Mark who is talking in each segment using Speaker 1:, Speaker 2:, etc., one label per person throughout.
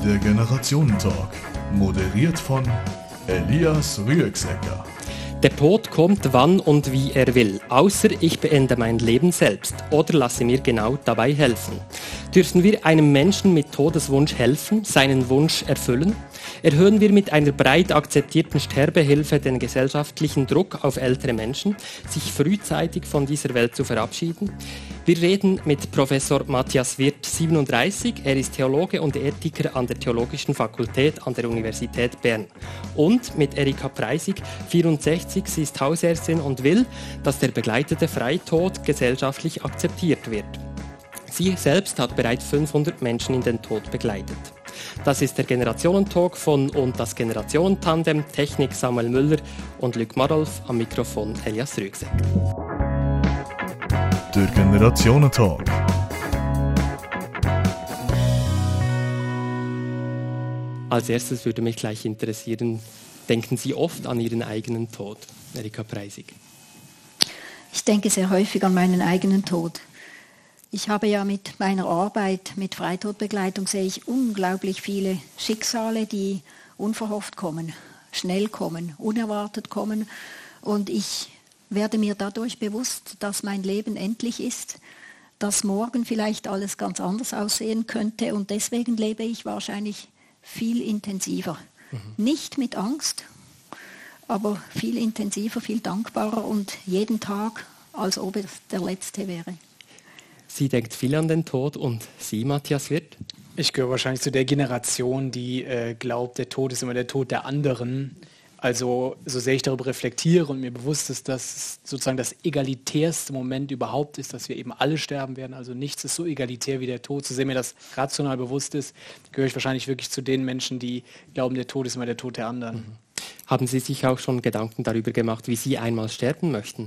Speaker 1: Der Generationentalk, moderiert von Elias Rüegsecker.
Speaker 2: Der Tod kommt, wann und wie er will, außer ich beende mein Leben selbst oder lasse mir genau dabei helfen. Dürfen wir einem Menschen mit Todeswunsch helfen, seinen Wunsch erfüllen? Erhöhen wir mit einer breit akzeptierten Sterbehilfe den gesellschaftlichen Druck auf ältere Menschen, sich frühzeitig von dieser Welt zu verabschieden? Wir reden mit Professor Matthias Wirth, 37. Er ist Theologe und Ethiker an der Theologischen Fakultät an der Universität Bern. Und mit Erika Preisig, 64. Sie ist Hausärztin und will, dass der begleitete Freitod gesellschaftlich akzeptiert wird. Sie selbst hat bereits 500 Menschen in den Tod begleitet. Das ist der Generationentalk von und das Generationentandem, Technik Samuel Müller und Luc Marolf, am Mikrofon Elias Rüegsecker.
Speaker 1: Der Generationentalk.
Speaker 2: Als erstes würde mich gleich interessieren, denken Sie oft an Ihren eigenen Tod? Erika Preisig.
Speaker 3: Ich denke sehr häufig an meinen eigenen Tod. Ich habe ja mit meiner Arbeit, mit Freitodbegleitung, sehe ich unglaublich viele Schicksale, die unverhofft kommen, schnell kommen, unerwartet kommen. Und ich werde mir dadurch bewusst, dass mein Leben endlich ist, dass morgen vielleicht alles ganz anders aussehen könnte. Und deswegen lebe ich wahrscheinlich viel intensiver. Nicht mit Angst, aber viel intensiver, viel dankbarer und jeden Tag, als ob es der letzte wäre.
Speaker 2: Sie denkt viel an den Tod und Sie, Matthias Wirth?
Speaker 4: Ich gehöre wahrscheinlich zu der Generation, die glaubt, der Tod ist immer der Tod der anderen. Also so sehr ich darüber reflektiere und mir bewusst ist, dass sozusagen das egalitärste Moment überhaupt ist, dass wir eben alle sterben werden. Also nichts ist so egalitär wie der Tod. So sehr mir das rational bewusst ist, gehöre ich wahrscheinlich wirklich zu den Menschen, die glauben, der Tod ist immer der Tod der anderen.
Speaker 2: Haben Sie sich auch schon Gedanken darüber gemacht, wie Sie einmal sterben möchten?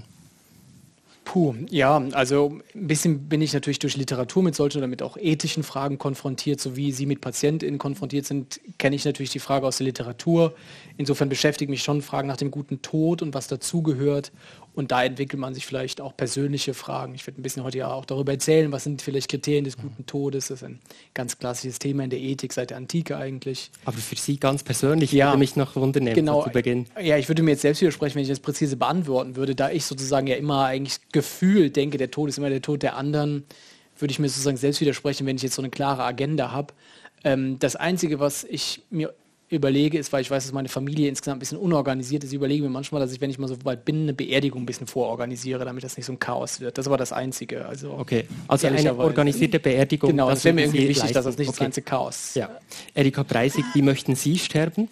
Speaker 4: Ja, also ein bisschen bin ich natürlich durch Literatur mit solchen oder mit auch ethischen Fragen konfrontiert, so wie Sie mit PatientInnen konfrontiert sind, kenne ich natürlich die Frage aus der Literatur. Insofern beschäftigen mich schon Fragen nach dem guten Tod und was dazugehört. Und da entwickelt man sich vielleicht auch persönliche Fragen. Ich werde ein bisschen heute ja auch darüber erzählen, was sind vielleicht Kriterien des guten Todes. Das ist ein ganz klassisches Thema in der Ethik seit der Antike eigentlich.
Speaker 2: Aber für Sie ganz persönlich
Speaker 4: ja,
Speaker 2: würde mich noch wundern,
Speaker 4: genau,
Speaker 2: zu Beginn.
Speaker 4: Ja, ich würde mir jetzt selbst widersprechen, wenn ich das präzise beantworten würde, da ich sozusagen ja immer eigentlich gefühlt denke, der Tod ist immer der Tod der anderen, würde ich mir sozusagen selbst widersprechen, wenn ich jetzt so eine klare Agenda habe. Das Einzige, was ich mir überlege, ist, weil ich weiß, dass meine Familie insgesamt ein bisschen unorganisiert ist, ich überlege mir manchmal, dass ich, wenn ich mal so weit bin, eine Beerdigung ein bisschen vororganisiere, damit das nicht so ein Chaos wird. Das ist aber das Einzige. Also,
Speaker 2: okay, also eine organisierte Beerdigung.
Speaker 4: Genau, das wäre mir irgendwie wichtig,
Speaker 2: leisten.
Speaker 4: dass das nicht das ganze Chaos.
Speaker 2: Ja. Erika Preisig, wie möchten Sie sterben?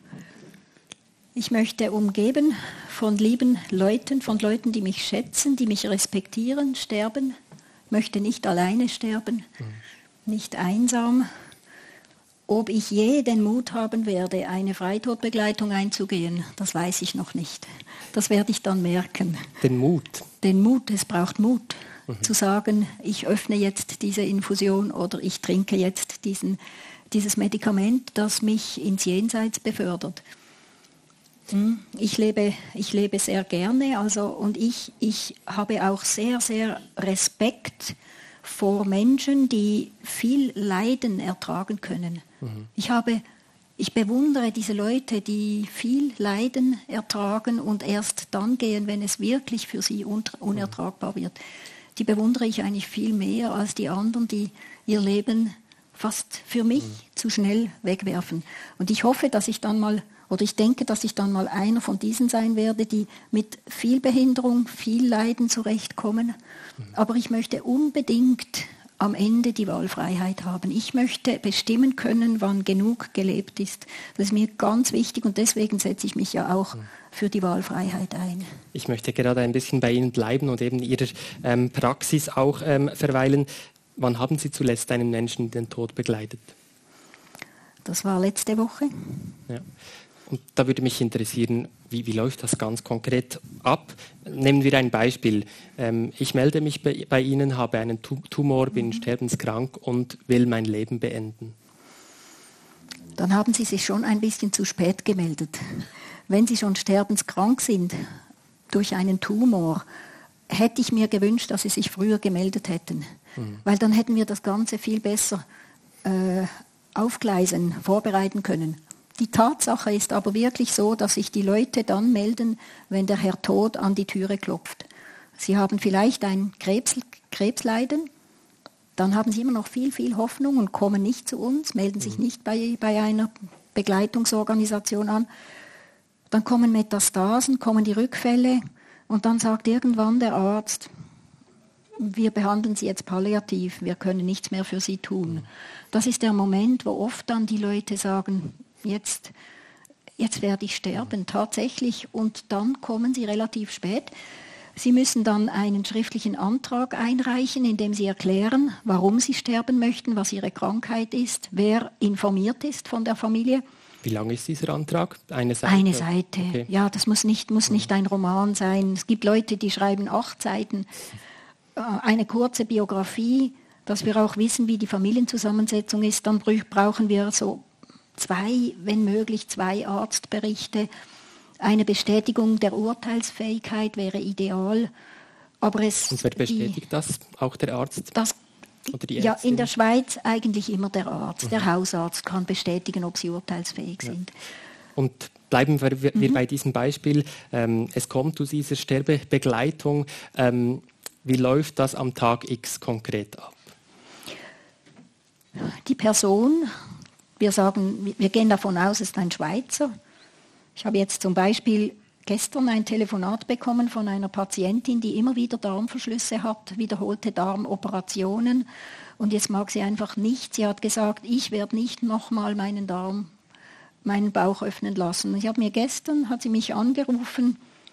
Speaker 3: Ich möchte umgeben von lieben Leuten, von Leuten, die mich schätzen, die mich respektieren, sterben. Ich möchte nicht alleine sterben, nicht einsam. Ob ich je den Mut haben werde, eine Freitodbegleitung einzugehen, das weiß ich noch nicht. Das werde ich dann merken.
Speaker 2: Den Mut?
Speaker 3: Den Mut, es braucht Mut, zu sagen, ich öffne jetzt diese Infusion oder ich trinke jetzt dieses Medikament, das mich ins Jenseits befördert. Ich lebe sehr gerne, und ich habe auch sehr, sehr Respekt vor Menschen, die viel Leiden ertragen können. Ich bewundere diese Leute, die viel Leiden ertragen und erst dann gehen, wenn es wirklich für sie unertragbar wird. Die bewundere ich eigentlich viel mehr als die anderen, die ihr Leben fast für mich zu schnell wegwerfen. Und ich hoffe, dass ich dann mal, oder ich denke, dass ich dann mal einer von diesen sein werde, die mit viel Behinderung, viel Leiden zurechtkommen. Aber ich möchte unbedingt am Ende die Wahlfreiheit haben. Ich möchte bestimmen können, wann genug gelebt ist. Das ist mir ganz wichtig und deswegen setze ich mich ja auch für die Wahlfreiheit ein.
Speaker 2: Ich möchte gerade ein bisschen bei Ihnen bleiben und eben Ihrer Praxis auch verweilen. Wann haben Sie zuletzt einen Menschen in den Tod begleitet?
Speaker 3: Das war letzte Woche.
Speaker 2: Ja. Und da würde mich interessieren, wie läuft das ganz konkret ab? Nehmen wir ein Beispiel. Ich melde mich bei Ihnen, habe einen Tumor, bin sterbenskrank und will mein Leben beenden.
Speaker 3: Dann haben Sie sich schon ein bisschen zu spät gemeldet. Wenn Sie schon sterbenskrank sind durch einen Tumor, hätte ich mir gewünscht, dass Sie sich früher gemeldet hätten. Weil dann hätten wir das Ganze viel besser aufgleisen, vorbereiten können. Die Tatsache ist aber wirklich so, dass sich die Leute dann melden, wenn der Herr Tod an die Türe klopft. Sie haben vielleicht ein Krebsleiden, dann haben sie immer noch viel, viel Hoffnung und kommen nicht zu uns, melden sich nicht bei einer Begleitungsorganisation an. Dann kommen Metastasen, kommen die Rückfälle und dann sagt irgendwann der Arzt, wir behandeln Sie jetzt palliativ, wir können nichts mehr für Sie tun. Das ist der Moment, wo oft dann die Leute sagen, jetzt werde ich sterben, tatsächlich. Und dann kommen sie relativ spät. Sie müssen dann einen schriftlichen Antrag einreichen, in dem Sie erklären, warum Sie sterben möchten, was Ihre Krankheit ist, wer informiert ist von der Familie.
Speaker 2: Wie lang ist dieser Antrag? Eine Seite?
Speaker 3: Eine Seite,
Speaker 2: okay.
Speaker 3: Ja, das muss nicht ein Roman sein. Es gibt Leute, die schreiben 8 Seiten, eine kurze Biografie, dass wir auch wissen, wie die Familienzusammensetzung ist. Dann brauchen wir so 2, wenn möglich 2 Arztberichte. Eine Bestätigung der Urteilsfähigkeit wäre ideal. Aber
Speaker 2: und wer bestätigt das? Auch der Arzt? Oder die
Speaker 3: ja,
Speaker 2: Ärztin?
Speaker 3: in der Schweiz eigentlich immer der Arzt. Der Hausarzt kann bestätigen, ob sie urteilsfähig sind.
Speaker 2: Und bleiben wir bei diesem Beispiel. Es kommt zu dieser Sterbebegleitung. Wie läuft das am Tag X konkret ab?
Speaker 3: Die Person, wir gehen davon aus, es ist ein Schweizer. Ich habe jetzt zum Beispiel gestern ein Telefonat bekommen von einer Patientin, die immer wieder Darmverschlüsse hat, wiederholte Darmoperationen. Und jetzt mag sie einfach nicht. Sie hat gesagt, ich werde nicht nochmal meinen Bauch öffnen lassen. Hat sie mich angerufen,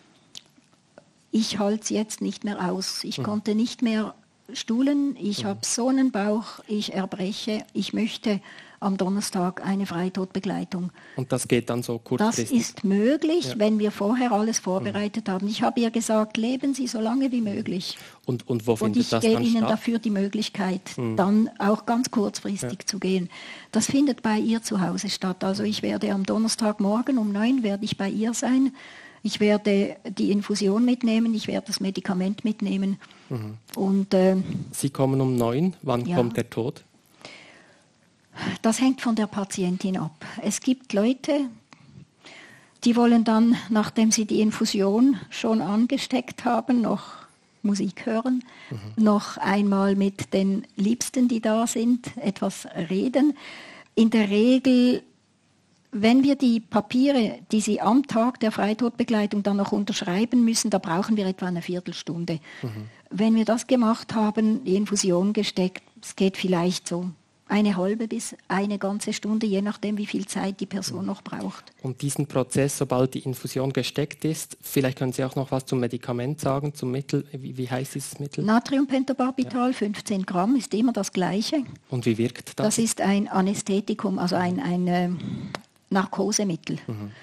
Speaker 3: ich halte es jetzt nicht mehr aus. Ich konnte nicht mehr stuhlen, ich habe so einen Bauch, ich erbreche, ich möchte am Donnerstag eine Freitodbegleitung.
Speaker 2: Und das geht dann so kurzfristig?
Speaker 3: Das ist möglich, wenn wir vorher alles vorbereitet haben. Ich habe ihr gesagt, leben Sie so lange wie möglich.
Speaker 2: Und wo findet das dann statt?
Speaker 3: Und ich gebe Ihnen dafür die Möglichkeit, dann auch ganz kurzfristig zu gehen. Das findet bei ihr zu Hause statt. Also ich werde am Donnerstagmorgen um 9 werde ich bei ihr sein. Ich werde die Infusion mitnehmen, ich werde das Medikament mitnehmen. Und,
Speaker 2: Sie kommen um 9, wann kommt der Tod?
Speaker 3: Das hängt von der Patientin ab. Es gibt Leute, die wollen dann, nachdem sie die Infusion schon angesteckt haben, noch Musik hören, noch einmal mit den Liebsten, die da sind, etwas reden. In der Regel, wenn wir die Papiere, die Sie am Tag der Freitodbegleitung dann noch unterschreiben müssen, da brauchen wir etwa eine Viertelstunde. Wenn wir das gemacht haben, die Infusion gesteckt, es geht vielleicht so eine halbe bis eine ganze Stunde, je nachdem, wie viel Zeit die Person noch braucht.
Speaker 2: Und diesen Prozess, sobald die Infusion gesteckt ist, vielleicht können Sie auch noch was zum Medikament sagen, zum Mittel. Wie heißt dieses Mittel?
Speaker 3: Natriumpentobarbital, 15 Gramm, ist immer das Gleiche.
Speaker 2: Und wie wirkt das?
Speaker 3: Das ist ein Anästhetikum, also ein Narkosemittel.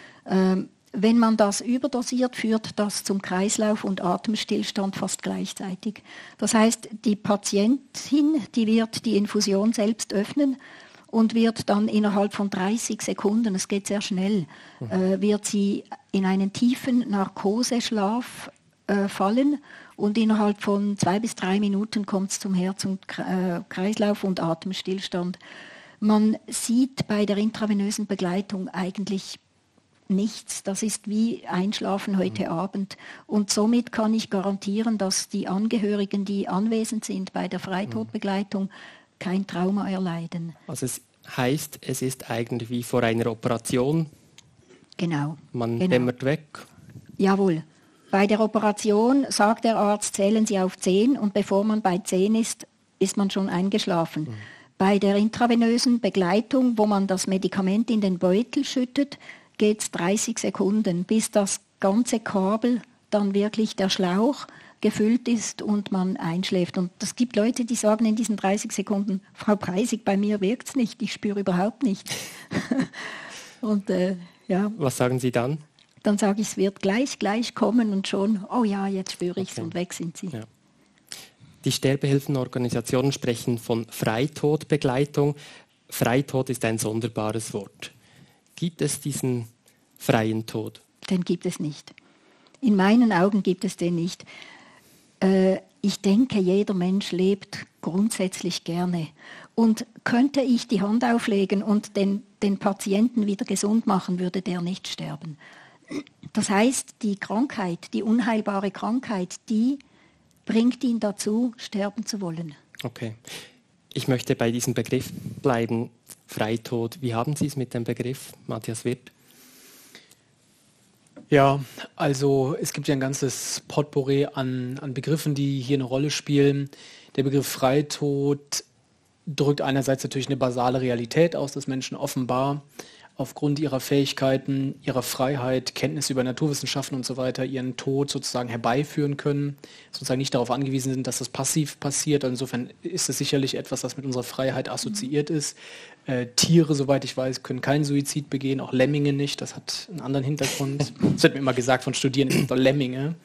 Speaker 3: Wenn man das überdosiert, führt das zum Kreislauf- und Atemstillstand fast gleichzeitig. Das heißt, die Patientin, die wird die Infusion selbst öffnen und wird dann innerhalb von 30 Sekunden, es geht sehr schnell, wird sie in einen tiefen Narkoseschlaf fallen und innerhalb von 2 bis 3 Minuten kommt es zum Herz- und Kreislauf- und Atemstillstand. Man sieht bei der intravenösen Begleitung eigentlich nichts. Das ist wie Einschlafen heute Abend. Und somit kann ich garantieren, dass die Angehörigen, die anwesend sind bei der Freitodbegleitung, kein Trauma erleiden.
Speaker 2: Also es heißt, es ist eigentlich wie vor einer Operation.
Speaker 3: Genau.
Speaker 2: Man dämmert weg.
Speaker 3: Jawohl. Bei der Operation sagt der Arzt, zählen Sie auf 10 und bevor man bei 10 ist, ist man schon eingeschlafen. Bei der intravenösen Begleitung, wo man das Medikament in den Beutel schüttet, geht es 30 Sekunden, bis das ganze Kabel, dann wirklich der Schlauch, gefüllt ist und man einschläft. Und es gibt Leute, die sagen in diesen 30 Sekunden, Frau Preisig, bei mir wirkt es nicht, ich spüre überhaupt nichts. Und ja.
Speaker 2: Was sagen Sie dann?
Speaker 3: Dann sage ich, es wird gleich kommen und schon, oh ja, jetzt spüre ich es und weg sind sie.
Speaker 2: Ja. Die Sterbehilfenorganisationen sprechen von Freitodbegleitung. Freitod ist ein sonderbares Wort. Gibt es diesen freien Tod?
Speaker 3: Den gibt es nicht. In meinen Augen gibt es den nicht. Ich denke, jeder Mensch lebt grundsätzlich gerne. Und könnte ich die Hand auflegen und den Patienten wieder gesund machen, würde der nicht sterben. Das heißt, die Krankheit, die unheilbare Krankheit, die bringt ihn dazu, sterben zu wollen.
Speaker 2: Okay. Ich möchte bei diesem Begriff bleiben, Freitod. Wie haben Sie es mit dem Begriff, Matthias Wirth?
Speaker 4: Ja, also es gibt ja ein ganzes Potpourri an Begriffen, die hier eine Rolle spielen. Der Begriff Freitod drückt einerseits natürlich eine basale Realität aus, dass Menschen offenbar aufgrund ihrer Fähigkeiten, ihrer Freiheit, Kenntnisse über Naturwissenschaften und so weiter ihren Tod sozusagen herbeiführen können, sozusagen nicht darauf angewiesen sind, dass das passiv passiert. Also insofern ist es sicherlich etwas, was mit unserer Freiheit assoziiert ist. Tiere, soweit ich weiß, können keinen Suizid begehen, auch Lemminge nicht, das hat einen anderen Hintergrund. Das wird mir immer gesagt von Studierenden, es sind doch Lemminge.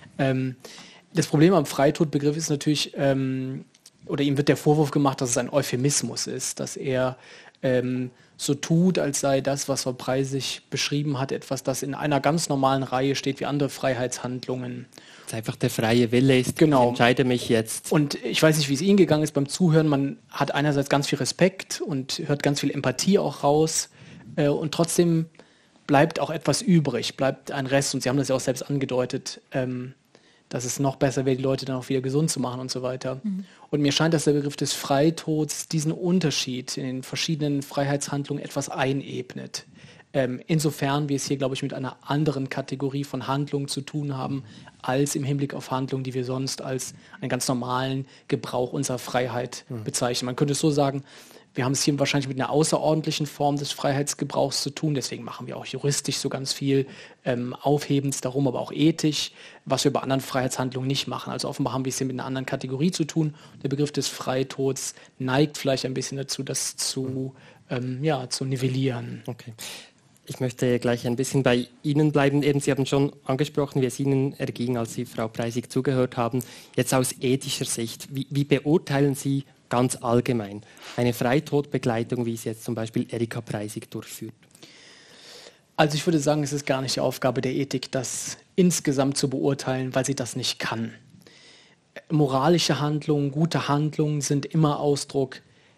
Speaker 4: Das Problem am Freitodbegriff ist natürlich, oder ihm wird der Vorwurf gemacht, dass es ein Euphemismus ist, dass er so tut, als sei das, was Frau Preisig beschrieben hat, etwas, das in einer ganz normalen Reihe steht wie andere Freiheitshandlungen.
Speaker 2: Dass einfach der freie Wille ist,
Speaker 4: genau.
Speaker 2: Ich entscheide mich jetzt.
Speaker 4: Und ich weiß nicht, wie es Ihnen gegangen ist beim Zuhören, man hat einerseits ganz viel Respekt und hört ganz viel Empathie auch raus und trotzdem bleibt auch etwas übrig, bleibt ein Rest und Sie haben das ja auch selbst angedeutet, dass es noch besser wäre, die Leute dann auch wieder gesund zu machen und so weiter. Mhm. Und mir scheint, dass der Begriff des Freitods diesen Unterschied in den verschiedenen Freiheitshandlungen etwas einebnet. Insofern wir es hier, glaube ich, mit einer anderen Kategorie von Handlungen zu tun haben, als im Hinblick auf Handlungen, die wir sonst als einen ganz normalen Gebrauch unserer Freiheit bezeichnen. Man könnte es so sagen, wir haben es hier wahrscheinlich mit einer außerordentlichen Form des Freiheitsgebrauchs zu tun. Deswegen machen wir auch juristisch so ganz viel Aufhebens darum, aber auch ethisch, was wir bei anderen Freiheitshandlungen nicht machen. Also offenbar haben wir es hier mit einer anderen Kategorie zu tun. Der Begriff des Freitods neigt vielleicht ein bisschen dazu, das zu nivellieren.
Speaker 2: Okay. Ich möchte gleich ein bisschen bei Ihnen bleiben. Eben, Sie haben schon angesprochen, wie es Ihnen erging, als Sie Frau Preisig zugehört haben. Jetzt aus ethischer Sicht, wie beurteilen Sie ganz allgemein eine Freitodbegleitung, wie es jetzt zum Beispiel Erika Preisig durchführt?
Speaker 4: Also ich würde sagen, es ist gar nicht die Aufgabe der Ethik, das insgesamt zu beurteilen, weil sie das nicht kann. Moralische Handlungen, gute Handlungen sind immer Ausdruck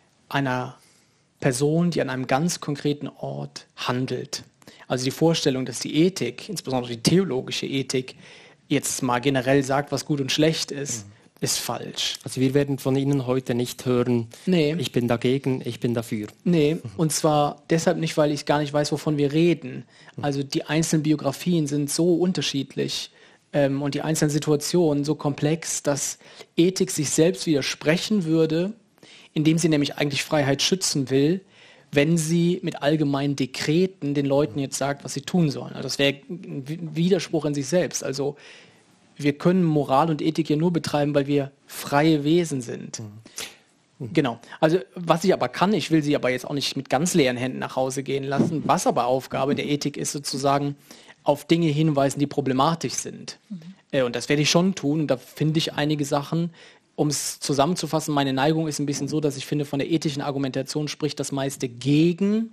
Speaker 4: einer Person, die an einem ganz konkreten Ort handelt. Also die Vorstellung, dass die Ethik, insbesondere die theologische Ethik, jetzt mal generell sagt, was gut und schlecht ist, ist falsch.
Speaker 2: Also wir werden von Ihnen heute nicht hören, ich bin dagegen, ich bin dafür.
Speaker 4: Nee, und zwar deshalb nicht, weil ich gar nicht weiß, wovon wir reden. Also die einzelnen Biografien sind so unterschiedlich und die einzelnen Situationen so komplex, dass Ethik sich selbst widersprechen würde, indem sie nämlich eigentlich Freiheit schützen will, wenn sie mit allgemeinen Dekreten den Leuten jetzt sagt, was sie tun sollen. Also das wäre ein Widerspruch in sich selbst. Also wir können Moral und Ethik ja nur betreiben, weil wir freie Wesen sind. Genau. Also was ich aber kann, ich will sie aber jetzt auch nicht mit ganz leeren Händen nach Hause gehen lassen. Was aber Aufgabe der Ethik ist, sozusagen auf Dinge hinweisen, die problematisch sind. Und das werde ich schon tun. Und da finde ich einige Sachen, um es zusammenzufassen, meine Neigung ist ein bisschen so, dass ich finde, von der ethischen Argumentation spricht das meiste gegen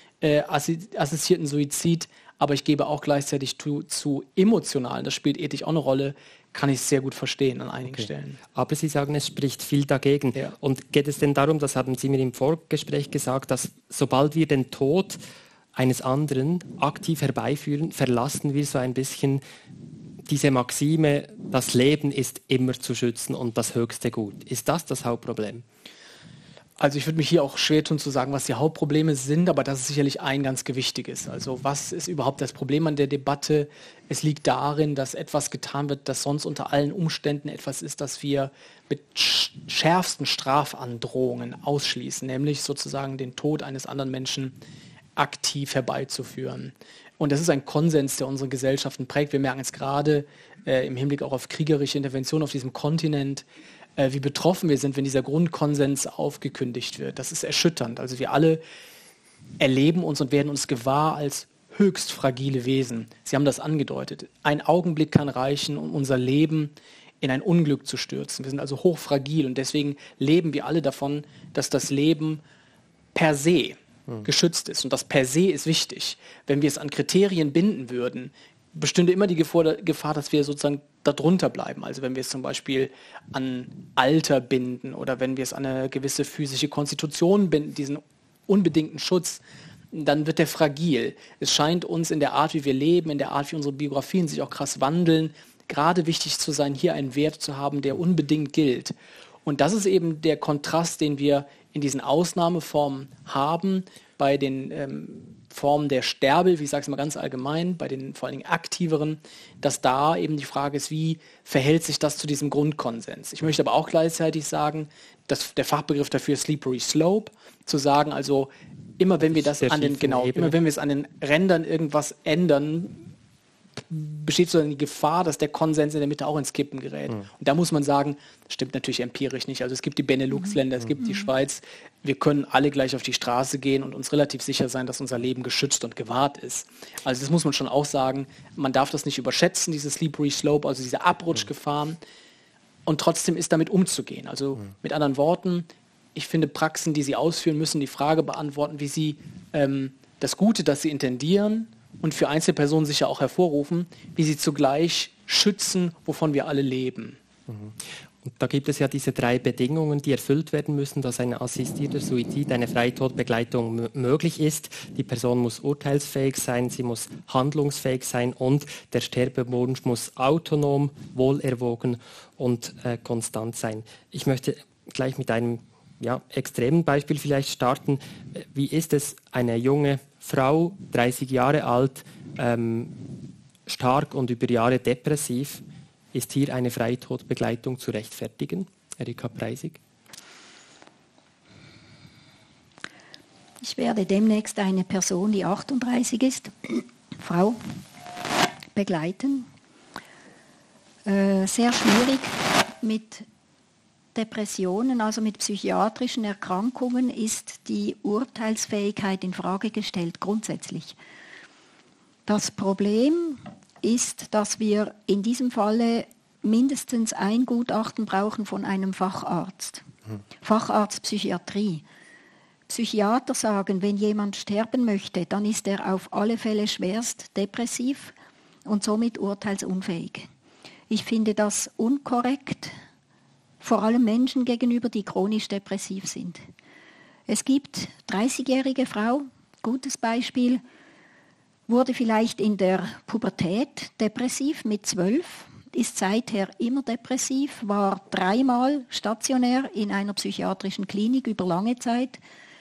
Speaker 4: assistierten Suizid, aber ich gebe auch gleichzeitig zu emotionalen, das spielt ethisch auch eine Rolle, kann ich sehr gut verstehen an einigen Stellen.
Speaker 2: Aber Sie sagen, es spricht viel dagegen. Ja. Und geht es denn darum, das haben Sie mir im Vorgespräch gesagt, dass sobald wir den Tod eines anderen aktiv herbeiführen, verlassen wir so ein bisschen diese Maxime, das Leben ist immer zu schützen und das höchste Gut. Ist das das Hauptproblem?
Speaker 4: Also ich würde mich hier auch schwer tun zu sagen, was die Hauptprobleme sind, aber das ist sicherlich ein ganz gewichtiges. Also was ist überhaupt das Problem an der Debatte? Es liegt darin, dass etwas getan wird, das sonst unter allen Umständen etwas ist, das wir mit schärfsten Strafandrohungen ausschließen, nämlich sozusagen den Tod eines anderen Menschen aktiv herbeizuführen. Und das ist ein Konsens, der unsere Gesellschaften prägt. Wir merken es gerade im Hinblick auch auf kriegerische Interventionen auf diesem Kontinent, wie betroffen wir sind, wenn dieser Grundkonsens aufgekündigt wird. Das ist erschütternd. Also wir alle erleben uns und werden uns gewahr als höchst fragile Wesen. Sie haben das angedeutet. Ein Augenblick kann reichen, um unser Leben in ein Unglück zu stürzen. Wir sind also hochfragil und deswegen leben wir alle davon, dass das Leben per se geschützt ist. Und das per se ist wichtig. Wenn wir es an Kriterien binden würden, bestünde immer die Gefahr, dass wir sozusagen darunter bleiben. Also wenn wir es zum Beispiel an Alter binden oder wenn wir es an eine gewisse physische Konstitution binden, diesen unbedingten Schutz, dann wird der fragil. Es scheint uns in der Art, wie wir leben, in der Art, wie unsere Biografien sich auch krass wandeln, gerade wichtig zu sein, hier einen Wert zu haben, der unbedingt gilt. Und das ist eben der Kontrast, den wir in diesen Ausnahmeformen haben, bei den Formen der Sterbehilfe, wie ich sage es mal ganz allgemein, bei den vor allen Dingen aktiveren, dass da eben die Frage ist, wie verhält sich das zu diesem Grundkonsens? Ich möchte aber auch gleichzeitig sagen, dass der Fachbegriff dafür ist Slippery Slope, zu sagen, also immer wenn wir das immer wenn wir es an den Rändern irgendwas ändern, besteht so die Gefahr, dass der Konsens in der Mitte auch ins Kippen gerät. Und da muss man sagen, das stimmt natürlich empirisch nicht. Also es gibt die Benelux-Länder, es gibt die Schweiz. Wir können alle gleich auf die Straße gehen und uns relativ sicher sein, dass unser Leben geschützt und gewahrt ist. Also das muss man schon auch sagen. Man darf das nicht überschätzen, diese Slippery Slope, also diese Abrutschgefahren. Und trotzdem ist damit umzugehen. Also mit anderen Worten, ich finde Praxen, die Sie ausführen, müssen die Frage beantworten, wie Sie das Gute, das Sie intendieren, und für Einzelpersonen sicher auch hervorrufen, wie sie zugleich schützen, wovon wir alle leben.
Speaker 2: Und da gibt es ja diese 3 Bedingungen, die erfüllt werden müssen, dass ein assistierter Suizid, eine Freitodbegleitung möglich ist. Die Person muss urteilsfähig sein, sie muss handlungsfähig sein und der Sterbewunsch muss autonom, wohlerwogen und konstant sein. Ich möchte gleich mit einem extremen Beispiel vielleicht starten. Wie ist es, eine junge Frau, 30 Jahre alt, stark und über Jahre depressiv, ist hier eine Freitodbegleitung zu rechtfertigen? Erika Preisig.
Speaker 3: Ich werde demnächst eine Person, die 38 ist, Frau, begleiten. Sehr schwierig mit Depressionen, also mit psychiatrischen Erkrankungen, ist die Urteilsfähigkeit in Frage gestellt, grundsätzlich. Das Problem ist, dass wir in diesem Falle mindestens ein Gutachten brauchen von einem Facharzt. Facharzt Psychiatrie. Psychiater sagen, wenn jemand sterben möchte, dann ist er auf alle Fälle schwerst depressiv und somit urteilsunfähig. Ich finde das unkorrekt, vor allem Menschen gegenüber, die chronisch depressiv sind. Es gibt 30-jährige Frau, gutes Beispiel, wurde vielleicht in der Pubertät depressiv mit 12, ist seither immer depressiv, war 3-mal stationär in einer psychiatrischen Klinik über lange Zeit,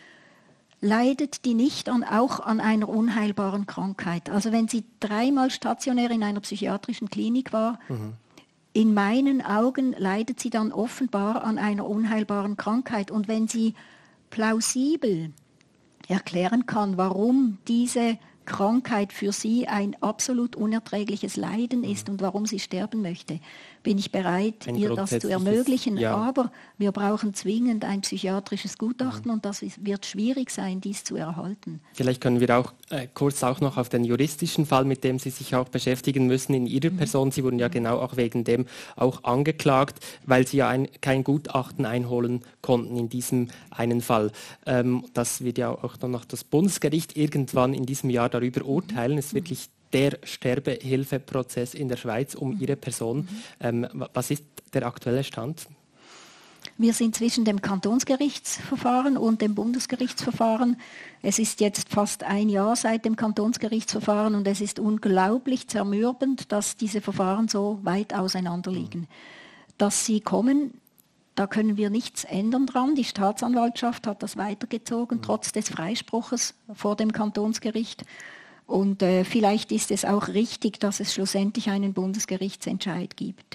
Speaker 3: leidet die nicht auch an einer unheilbaren Krankheit. Also wenn sie 3-mal stationär in einer psychiatrischen Klinik war, in meinen Augen leidet sie dann offenbar an einer unheilbaren Krankheit. Und wenn sie plausibel erklären kann, warum diese Krankheit für sie ein absolut unerträgliches Leiden ist und warum sie sterben möchte, bin ich bereit, ihr das zu ermöglichen. Ja. Aber wir brauchen zwingend ein psychiatrisches Gutachten und das wird schwierig sein, dies zu erhalten.
Speaker 2: Vielleicht können wir auch kurz auch noch auf den juristischen Fall, mit dem Sie sich auch beschäftigen müssen in Ihrer Person. Sie wurden ja genau auch wegen dem auch angeklagt, weil Sie ja kein Gutachten einholen konnten in diesem einen Fall. Das wird ja auch dann noch das Bundesgericht irgendwann in diesem Jahr darüber urteilen. Es ist wirklich der Sterbehilfeprozess in der Schweiz um Ihre Person. Was ist der aktuelle Stand?
Speaker 3: Wir sind zwischen dem Kantonsgerichtsverfahren und dem Bundesgerichtsverfahren. Es ist jetzt fast ein Jahr seit dem Kantonsgerichtsverfahren und es ist unglaublich zermürbend, dass diese Verfahren so weit auseinander liegen. Dass sie kommen, da können wir nichts ändern dran. Die Staatsanwaltschaft hat das weitergezogen, trotz des Freispruches vor dem Kantonsgericht. Und vielleicht ist es auch richtig, dass es schlussendlich einen Bundesgerichtsentscheid gibt.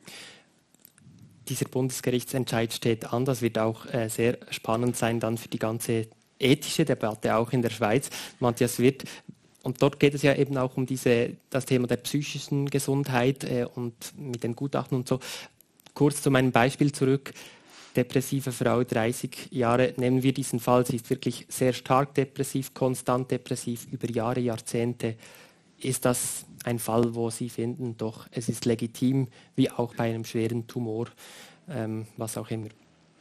Speaker 2: Dieser Bundesgerichtsentscheid steht an. Das wird auch sehr spannend sein dann für die ganze ethische Debatte auch in der Schweiz. Matthias Wirth, und dort geht es ja eben auch um das Thema der psychischen Gesundheit und mit den Gutachten und so. Kurz zu meinem Beispiel zurück. Depressive Frau, 30 Jahre, nehmen wir diesen Fall. Sie ist wirklich sehr stark depressiv, konstant depressiv, über Jahre, Jahrzehnte. Ist das ein Fall, wo Sie finden, doch es ist legitim, wie auch bei einem schweren Tumor, was auch immer?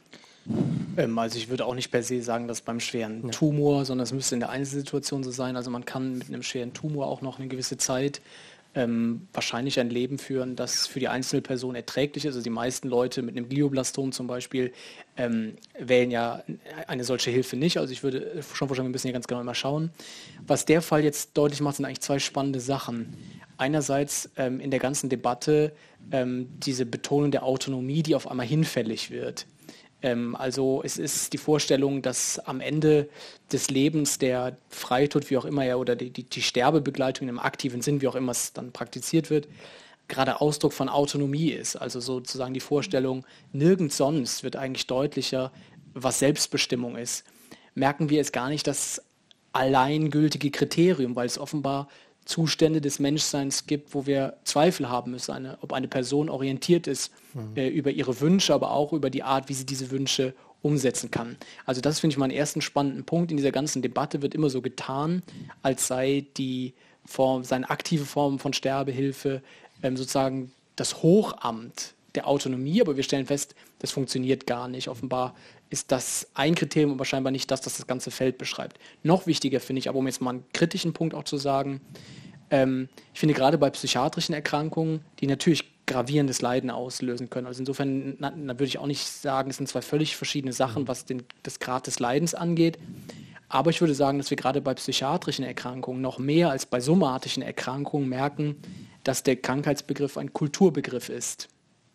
Speaker 4: Also ich würde auch nicht per se sagen, dass beim schweren Tumor, sondern es müsste in der Einzelsituation so sein. Also man kann mit einem schweren Tumor auch noch eine gewisse Zeit wahrscheinlich ein Leben führen, das für die einzelne Person erträglich ist. Also die meisten Leute mit einem Glioblastom zum Beispiel wählen ja eine solche Hilfe nicht. Also ich würde schon wahrscheinlich ein bisschen hier ganz genau mal schauen. Was der Fall jetzt deutlich macht, sind eigentlich zwei spannende Sachen. Einerseits in der ganzen Debatte diese Betonung der Autonomie, die auf einmal hinfällig wird. Also es ist die Vorstellung, dass am Ende des Lebens der Freitod, wie auch immer oder die Sterbebegleitung im aktiven Sinn, wie auch immer es dann praktiziert wird, gerade Ausdruck von Autonomie ist. Also sozusagen die Vorstellung, nirgends sonst wird eigentlich deutlicher, was Selbstbestimmung ist. Merken wir es gar nicht das alleingültige Kriterium, weil es offenbar Zustände des Menschseins gibt, wo wir Zweifel haben müssen, ob eine Person orientiert ist über ihre Wünsche, aber auch über die Art, wie sie diese Wünsche umsetzen kann. Also das finde ich mal einen ersten spannenden Punkt. In dieser ganzen Debatte wird immer so getan, als sei seine aktive Form von Sterbehilfe sozusagen das Hochamt der Autonomie, aber wir stellen fest, das funktioniert gar nicht. Offenbar ist das ein Kriterium, aber scheinbar nicht das ganze Feld beschreibt. Noch wichtiger finde ich, aber um jetzt mal einen kritischen Punkt auch zu sagen, ich finde gerade bei psychiatrischen Erkrankungen, die natürlich gravierendes Leiden auslösen können. Also insofern würde ich auch nicht sagen, es sind zwei völlig verschiedene Sachen, was das Grad des Leidens angeht. Aber ich würde sagen, dass wir gerade bei psychiatrischen Erkrankungen noch mehr als bei somatischen Erkrankungen merken, dass der Krankheitsbegriff ein Kulturbegriff ist.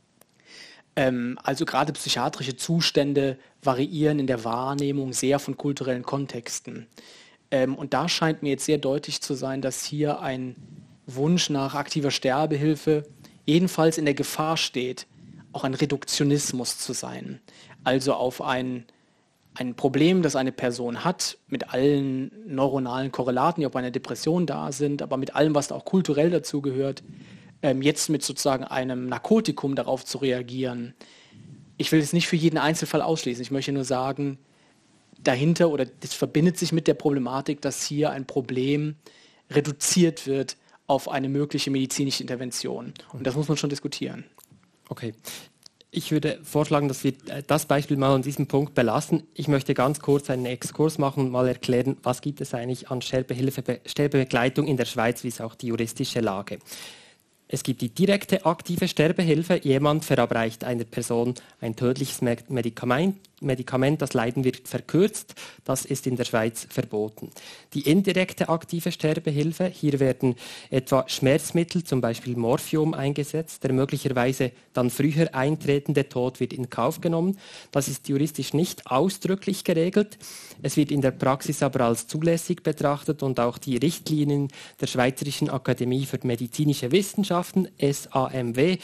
Speaker 4: Also gerade psychiatrische Zustände variieren in der Wahrnehmung sehr von kulturellen Kontexten. Und da scheint mir jetzt sehr deutlich zu sein, dass hier ein Wunsch nach aktiver Sterbehilfe jedenfalls in der Gefahr steht, auch ein Reduktionismus zu sein. Also auf ein Problem, das eine Person hat, mit allen neuronalen Korrelaten, die auch bei einer Depression da sind, aber mit allem, was da auch kulturell dazugehört, jetzt mit sozusagen einem Narkotikum darauf zu reagieren. Ich will es nicht für jeden Einzelfall ausschließen. Ich möchte nur sagen, dahinter oder das verbindet sich mit der Problematik, dass hier ein Problem reduziert wird auf eine mögliche medizinische Intervention. Und das muss man schon diskutieren.
Speaker 2: Okay. Ich würde vorschlagen, dass wir das Beispiel mal an diesem Punkt belassen. Ich möchte ganz kurz einen Exkurs machen und mal erklären, was gibt es eigentlich an Sterbebegleitung in der Schweiz, wie ist auch die juristische Lage. Es gibt die direkte aktive Sterbehilfe. Jemand verabreicht einer Person ein tödliches Medikament, das Leiden wird verkürzt. Das ist in der Schweiz verboten. Die indirekte aktive Sterbehilfe, hier werden etwa Schmerzmittel, zum Beispiel Morphium, eingesetzt. Der möglicherweise dann früher eintretende Tod wird in Kauf genommen. Das ist juristisch nicht ausdrücklich geregelt. Es wird in der Praxis aber als zulässig betrachtet und auch die Richtlinien der Schweizerischen Akademie für medizinische Wissenschaften, SAMW,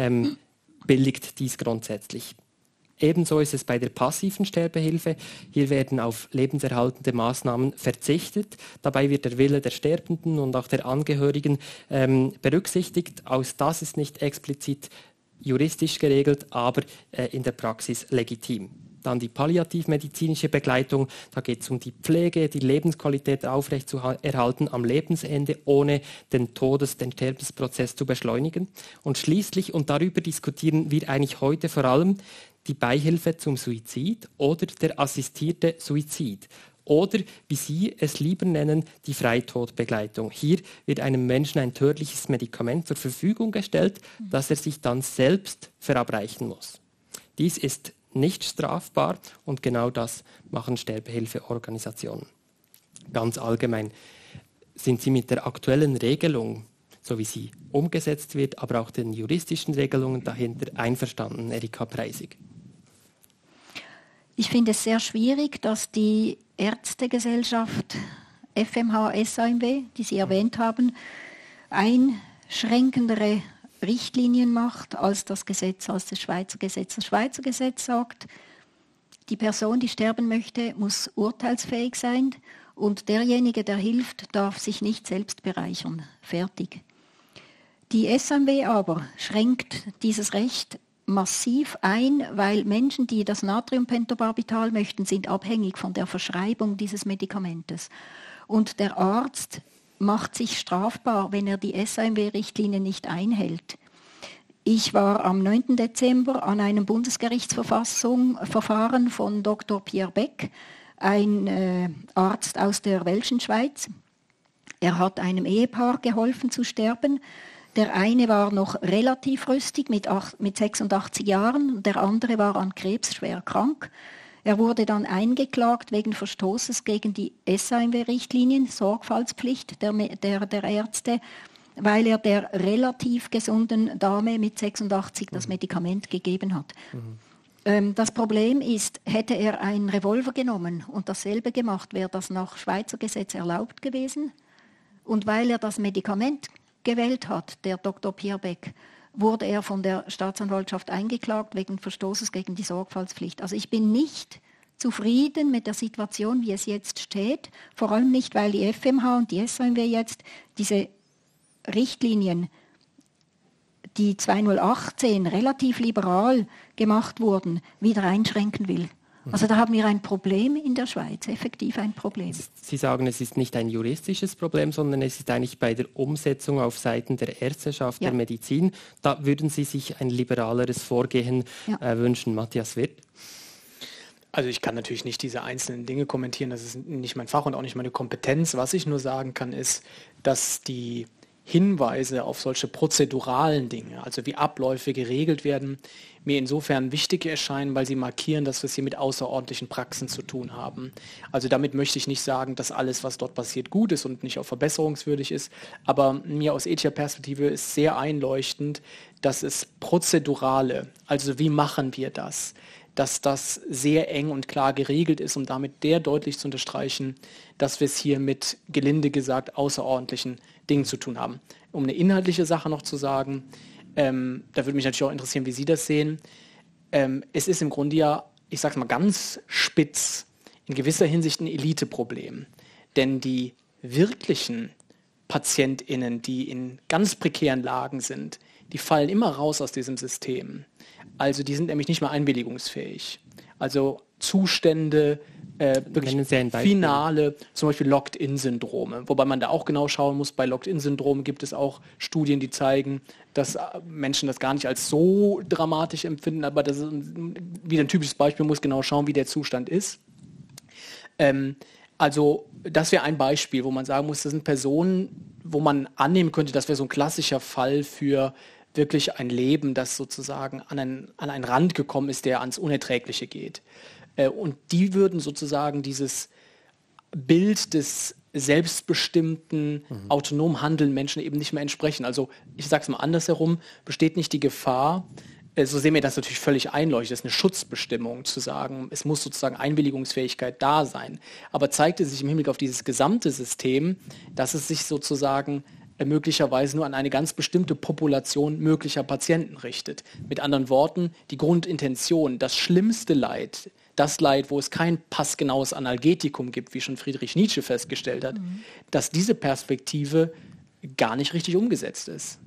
Speaker 2: billigt dies grundsätzlich. Ebenso ist es bei der passiven Sterbehilfe. Hier werden auf lebenserhaltende Maßnahmen verzichtet. Dabei wird der Wille der Sterbenden und auch der Angehörigen berücksichtigt. Auch das ist nicht explizit juristisch geregelt, aber in der Praxis legitim. Dann die palliativmedizinische Begleitung. Da geht es um die Pflege, die Lebensqualität aufrechtzuerhalten am Lebensende, ohne den Sterbensprozess zu beschleunigen. Und schließlich, und darüber diskutieren wir eigentlich heute vor allem, die Beihilfe zum Suizid oder der assistierte Suizid. Oder, wie Sie es lieber nennen, die Freitodbegleitung. Hier wird einem Menschen ein tödliches Medikament zur Verfügung gestellt, das er sich dann selbst verabreichen muss. Dies ist nicht strafbar und genau das machen Sterbehilfeorganisationen. Ganz allgemein sind Sie mit der aktuellen Regelung, so wie sie umgesetzt wird, aber auch den juristischen Regelungen dahinter einverstanden, Erika Preisig?
Speaker 3: Ich finde es sehr schwierig, dass die Ärztegesellschaft FMH SAMW, die Sie erwähnt haben, einschränkendere Richtlinien macht als das Gesetz, als das Schweizer Gesetz. Das Schweizer Gesetz sagt, die Person, die sterben möchte, muss urteilsfähig sein und derjenige, der hilft, darf sich nicht selbst bereichern. Fertig. Die SAMW aber schränkt dieses Recht massiv ein, weil Menschen, die das Natriumpentobarbital möchten, sind abhängig von der Verschreibung dieses Medikamentes. Und der Arzt macht sich strafbar, wenn er die SAMW-Richtlinie nicht einhält. Ich war am 9. Dezember an einem Bundesgerichtsverfahren von Dr. Pierre Beck, ein Arzt aus der Welschen Schweiz. Er hat einem Ehepaar geholfen zu sterben. Der eine war noch relativ rüstig mit 86 Jahren, der andere war an Krebs schwer krank. Er wurde dann eingeklagt wegen Verstoßes gegen die SAMW-Richtlinien, Sorgfaltspflicht der Ärzte, weil er der relativ gesunden Dame mit 86 das Medikament gegeben hat. Das Problem ist, hätte er einen Revolver genommen und dasselbe gemacht, wäre das nach Schweizer Gesetz erlaubt gewesen. Und weil er das Medikament gewählt hat, der Dr. Pierre Beck, wurde er von der Staatsanwaltschaft eingeklagt wegen Verstoßes gegen die Sorgfaltspflicht. Also ich bin nicht zufrieden mit der Situation, wie es jetzt steht, vor allem nicht, weil die FMH und die SAMW jetzt diese Richtlinien, die 2018 relativ liberal gemacht wurden, wieder einschränken will. Also da haben wir ein Problem in der Schweiz, effektiv ein Problem.
Speaker 2: Sie sagen, es ist nicht ein juristisches Problem, sondern es ist eigentlich bei der Umsetzung auf Seiten der Ärzteschaft, der Medizin. Da würden Sie sich ein liberaleres Vorgehen wünschen. Matthias Wirth?
Speaker 4: Also ich kann natürlich nicht diese einzelnen Dinge kommentieren, das ist nicht mein Fach und auch nicht meine Kompetenz. Was ich nur sagen kann, ist, dass die Hinweise auf solche prozeduralen Dinge, also wie Abläufe geregelt werden, mir insofern wichtig erscheinen, weil sie markieren, dass wir es hier mit außerordentlichen Praxen zu tun haben. Also damit möchte ich nicht sagen, dass alles, was dort passiert, gut ist und nicht auch verbesserungswürdig ist, aber mir aus ethischer Perspektive ist sehr einleuchtend, dass es prozedurale, also wie machen wir das, dass das sehr eng und klar geregelt ist, um damit sehr deutlich zu unterstreichen, dass wir es hier mit, gelinde gesagt, außerordentlichen Dingen zu tun haben. Um eine inhaltliche Sache noch zu sagen, da würde mich natürlich auch interessieren, wie Sie das sehen. Es ist im Grunde ja, ich sage es mal ganz spitz, in gewisser Hinsicht ein Eliteproblem. Denn die wirklichen PatientInnen, die in ganz prekären Lagen sind, die fallen immer raus aus diesem System. Also die sind nämlich nicht mehr einwilligungsfähig. Also Zustände, wirklich finale, zum Beispiel Locked-in-Syndrome. Wobei man da auch genau schauen muss, bei Locked-in-Syndromen gibt es auch Studien, die zeigen, dass Menschen das gar nicht als so dramatisch empfinden, aber das ist wieder ein typisches Beispiel, man muss genau schauen, wie der Zustand ist. Also das wäre ein Beispiel, wo man sagen muss, das sind Personen, wo man annehmen könnte, das wäre so ein klassischer Fall für wirklich ein Leben, das sozusagen an einen Rand gekommen ist, der ans Unerträgliche geht. Und die würden sozusagen dieses Bild des selbstbestimmten, autonom handelnden Menschen eben nicht mehr entsprechen. Also ich sage es mal andersherum, besteht nicht die Gefahr, so sehen wir das natürlich völlig einleuchtend, das ist eine Schutzbestimmung zu sagen, es muss sozusagen Einwilligungsfähigkeit da sein. Aber zeigt es sich im Hinblick auf dieses gesamte System, dass es sich sozusagen möglicherweise nur an eine ganz bestimmte Population möglicher Patienten richtet. Mit anderen Worten, die Grundintention, das schlimmste Leid, das Leid, wo es kein passgenaues Analgetikum gibt, wie schon Friedrich Nietzsche festgestellt hat, dass diese Perspektive gar nicht richtig umgesetzt ist.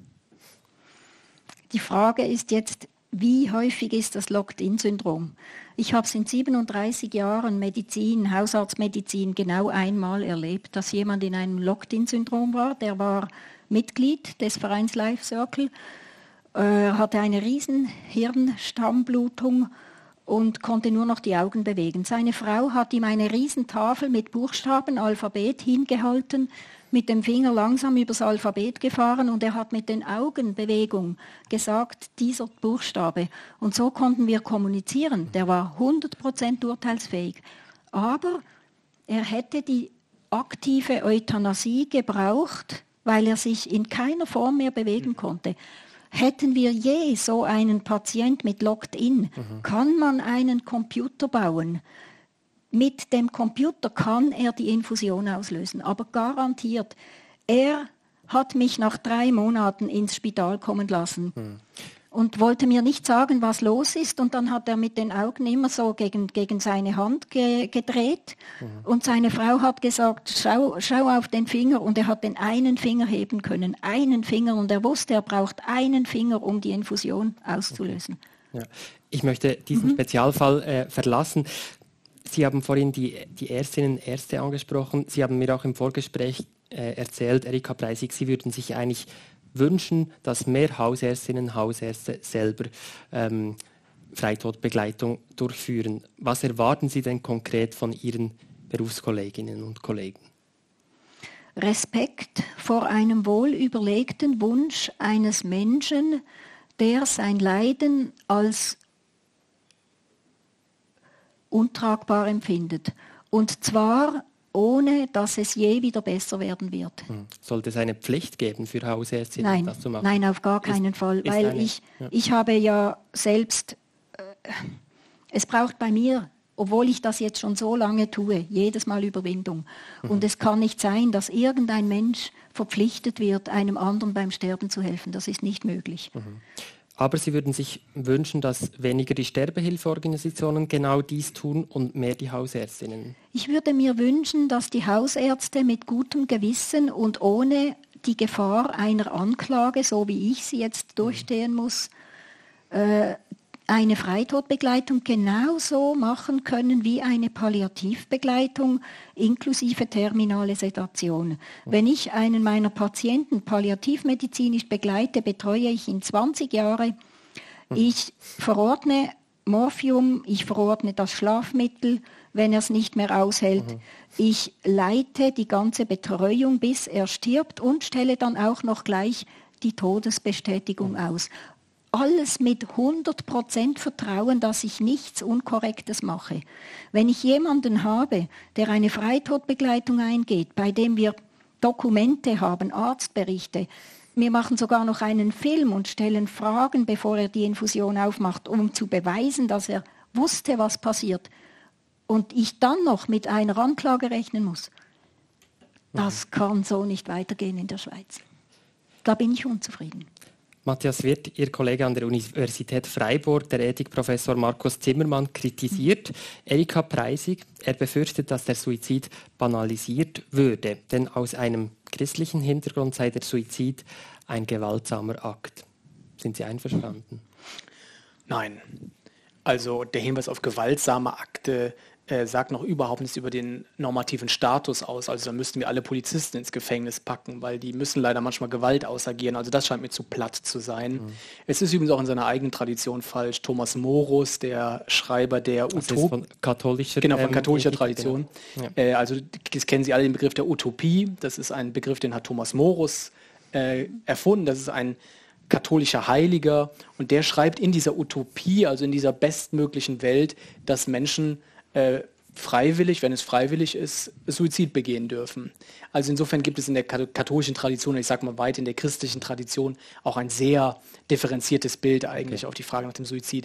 Speaker 3: Die Frage ist jetzt, wie häufig ist das Locked-in-Syndrom? Ich habe es in 37 Jahren Medizin, Hausarztmedizin genau einmal erlebt, dass jemand in einem Locked-in-Syndrom war. Der war Mitglied des Vereins Life Circle, hatte eine riesen Hirnstammblutung und konnte nur noch die Augen bewegen. Seine Frau hat ihm eine riesen Tafel mit Buchstaben, Alphabet hingehalten, mit dem Finger langsam übers Alphabet gefahren und er hat mit den Augenbewegungen gesagt, dieser Buchstabe. Und so konnten wir kommunizieren. Der war 100% urteilsfähig. Aber er hätte die aktive Euthanasie gebraucht, weil er sich in keiner Form mehr bewegen konnte. Hätten wir je so einen Patient mit Locked-in, kann man einen Computer bauen. Mit dem Computer kann er die Infusion auslösen, aber garantiert. Er hat mich nach 3 Monaten ins Spital kommen lassen und wollte mir nicht sagen, was los ist. Und dann hat er mit den Augen immer so gegen seine Hand gedreht. Und seine Frau hat gesagt, schau auf den Finger. Und er hat den einen Finger heben können, einen Finger. Und er wusste, er braucht einen Finger, um die Infusion auszulösen.
Speaker 2: Ja. Ich möchte diesen Spezialfall verlassen. Sie haben vorhin die Ärztinnen und Ärzte angesprochen. Sie haben mir auch im Vorgespräch erzählt, Erika Preissig, Sie würden sich eigentlich wünschen, dass mehr Hausärztinnen und Hausärzte selber Freitodbegleitung durchführen. Was erwarten Sie denn konkret von Ihren Berufskolleginnen und Kollegen?
Speaker 3: Respekt vor einem wohlüberlegten Wunsch eines Menschen, der sein Leiden als untragbar empfindet. Und zwar ohne, dass es je wieder besser werden wird.
Speaker 2: Sollte es eine Pflicht geben für Hausärztinnen, das zu machen?
Speaker 3: Nein, auf gar keinen Fall. Weil ich habe ja selbst, es braucht bei mir, obwohl ich das jetzt schon so lange tue, jedes Mal Überwindung. Und es kann nicht sein, dass irgendein Mensch verpflichtet wird, einem anderen beim Sterben zu helfen. Das ist nicht möglich.
Speaker 2: Aber Sie würden sich wünschen, dass weniger die Sterbehilfeorganisationen genau dies tun und mehr die Hausärztinnen?
Speaker 3: Ich würde mir wünschen, dass die Hausärzte mit gutem Gewissen und ohne die Gefahr einer Anklage, so wie ich sie jetzt durchstehen muss, eine Freitodbegleitung genauso machen können wie eine Palliativbegleitung inklusive terminale Sedation. Wenn ich einen meiner Patienten palliativmedizinisch begleite, betreue ich ihn 20 Jahre. Ich verordne Morphium, ich verordne das Schlafmittel, wenn er es nicht mehr aushält. Ich leite die ganze Betreuung, bis er stirbt und stelle dann auch noch gleich die Todesbestätigung aus. Alles mit 100% Vertrauen, dass ich nichts Unkorrektes mache. Wenn ich jemanden habe, der eine Freitodbegleitung eingeht, bei dem wir Dokumente haben, Arztberichte, wir machen sogar noch einen Film und stellen Fragen, bevor er die Infusion aufmacht, um zu beweisen, dass er wusste, was passiert, und ich dann noch mit einer Anklage rechnen muss, das kann so nicht weitergehen in der Schweiz. Da bin ich unzufrieden.
Speaker 2: Matthias Wirth, Ihr Kollege an der Universität Freiburg, der Ethikprofessor Markus Zimmermann, kritisiert Erika Preisig. Er befürchtet, dass der Suizid banalisiert würde, denn aus einem christlichen Hintergrund sei der Suizid ein gewaltsamer Akt. Sind Sie einverstanden?
Speaker 4: Nein. Also der Hinweis auf gewaltsame Akte sagt noch überhaupt nichts über den normativen Status aus. Also da müssten wir alle Polizisten ins Gefängnis packen, weil die müssen leider manchmal Gewalt ausagieren. Also das scheint mir zu platt zu sein. Es ist übrigens auch in seiner eigenen Tradition falsch. Thomas Morus, der Schreiber der Utopie, von katholischer Tradition. Genau. Ja. Also das kennen Sie alle, den Begriff der Utopie. Das ist ein Begriff, den hat Thomas Morus erfunden. Das ist ein katholischer Heiliger und der schreibt in dieser Utopie, also in dieser bestmöglichen Welt, dass Menschen freiwillig, wenn es freiwillig ist, Suizid begehen dürfen. Also insofern gibt es in der katholischen Tradition, ich sage mal weit in der christlichen Tradition, auch ein sehr differenziertes Bild eigentlich auf die Frage nach dem Suizid.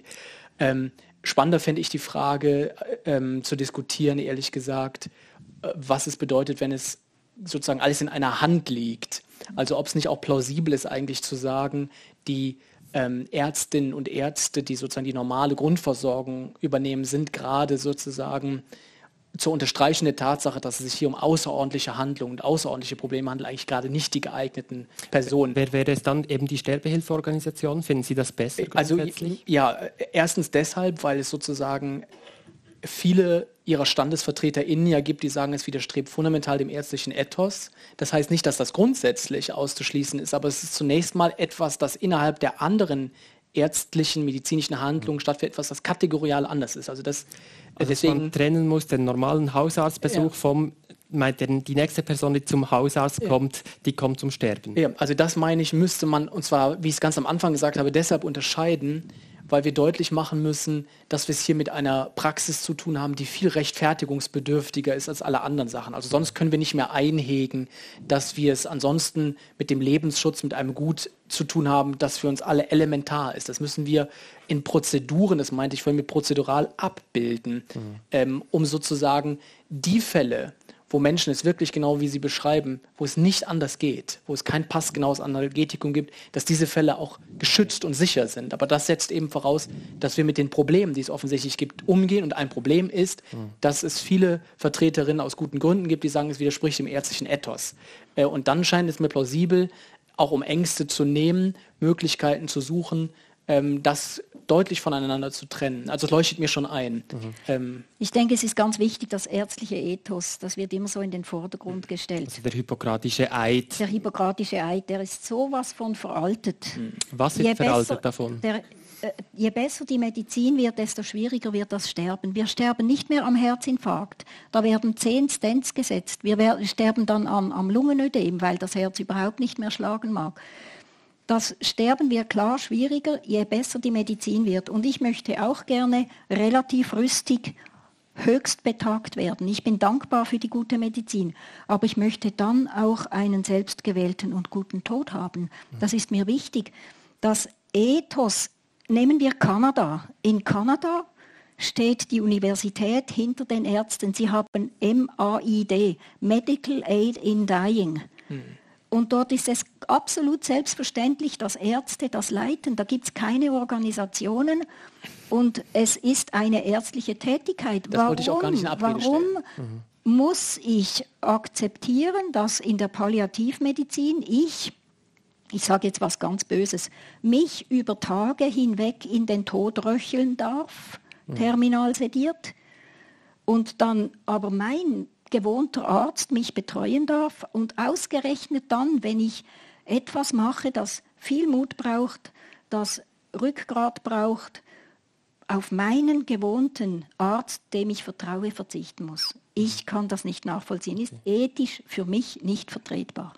Speaker 4: Spannender fände ich die Frage zu diskutieren, ehrlich gesagt, was es bedeutet, wenn es sozusagen alles in einer Hand liegt. Also ob es nicht auch plausibel ist eigentlich zu sagen, die Ärztinnen und Ärzte, die sozusagen die normale Grundversorgung übernehmen, sind gerade sozusagen zur Unterstreichung der Tatsache, dass es sich hier um außerordentliche Handlungen und außerordentliche Probleme handelt, eigentlich gerade nicht die geeigneten Personen.
Speaker 2: Wer wäre es dann, eben die Sterbehilfeorganisation? Finden Sie das besser grundsätzlich?
Speaker 4: Also ja, erstens deshalb, weil es sozusagen viele ihrer StandesvertreterInnen ja gibt, die sagen, es widerstrebt fundamental dem ärztlichen Ethos. Das heißt nicht, dass das grundsätzlich auszuschließen ist, aber es ist zunächst mal etwas, das innerhalb der anderen ärztlichen, medizinischen Handlungen stattfindet, etwas, das kategorial anders ist. Also
Speaker 2: deswegen man trennen muss den normalen Hausarztbesuch vom, die nächste Person, die zum Hausarzt kommt, die kommt zum Sterben.
Speaker 4: Ja, also das meine ich, müsste man, und zwar, wie ich es ganz am Anfang gesagt habe, deshalb unterscheiden, weil wir deutlich machen müssen, dass wir es hier mit einer Praxis zu tun haben, die viel rechtfertigungsbedürftiger ist als alle anderen Sachen. Also sonst können wir nicht mehr einhegen, dass wir es ansonsten mit dem Lebensschutz, mit einem Gut zu tun haben, das für uns alle elementar ist. Das müssen wir in Prozeduren, das meinte ich vorhin mit prozedural, abbilden, um sozusagen die Fälle, wo Menschen es wirklich genau wie Sie beschreiben, wo es nicht anders geht, wo es kein passgenaues Analgetikum gibt, dass diese Fälle auch geschützt und sicher sind. Aber das setzt eben voraus, dass wir mit den Problemen, die es offensichtlich gibt, umgehen. Und ein Problem ist, dass es viele Vertreterinnen aus guten Gründen gibt, die sagen, es widerspricht dem ärztlichen Ethos. Und dann scheint es mir plausibel, auch um Ängste zu nehmen, Möglichkeiten zu suchen, das deutlich voneinander zu trennen. Also es leuchtet mir schon ein.
Speaker 3: Ich denke, es ist ganz wichtig, das ärztliche Ethos, das wird immer so in den Vordergrund gestellt.
Speaker 2: Also der hippokratische Eid.
Speaker 3: Der hippokratische Eid, der ist sowas von veraltet.
Speaker 2: Was ist veraltet davon?
Speaker 3: je besser die Medizin wird, desto schwieriger wird das Sterben. Wir sterben nicht mehr am Herzinfarkt. Da werden 10 Stents gesetzt. Wir sterben dann am Lungenödem, weil das Herz überhaupt nicht mehr schlagen mag. Das Sterben wird klar schwieriger, je besser die Medizin wird. Und ich möchte auch gerne relativ rüstig höchst betagt werden. Ich bin dankbar für die gute Medizin, aber ich möchte dann auch einen selbstgewählten und guten Tod haben. Das ist mir wichtig. Das Ethos, nehmen wir Kanada. In Kanada steht die Universität hinter den Ärzten. Sie haben MAID, Medical Aid in Dying. Und dort ist es absolut selbstverständlich, dass Ärzte das leiten. Da gibt es keine Organisationen und es ist eine ärztliche Tätigkeit.
Speaker 4: Das wollte ich auch gar nicht in Abrede stellen.
Speaker 3: Warum muss ich akzeptieren, dass in der Palliativmedizin ich sage jetzt was ganz Böses, mich über Tage hinweg in den Tod röcheln darf, terminal sediert, und dann aber mein gewohnter Arzt mich betreuen darf und ausgerechnet dann, wenn ich etwas mache, das viel Mut braucht, das Rückgrat braucht, auf meinen gewohnten Arzt, dem ich vertraue, verzichten muss. Ich kann das nicht nachvollziehen. Ist ethisch für mich nicht vertretbar.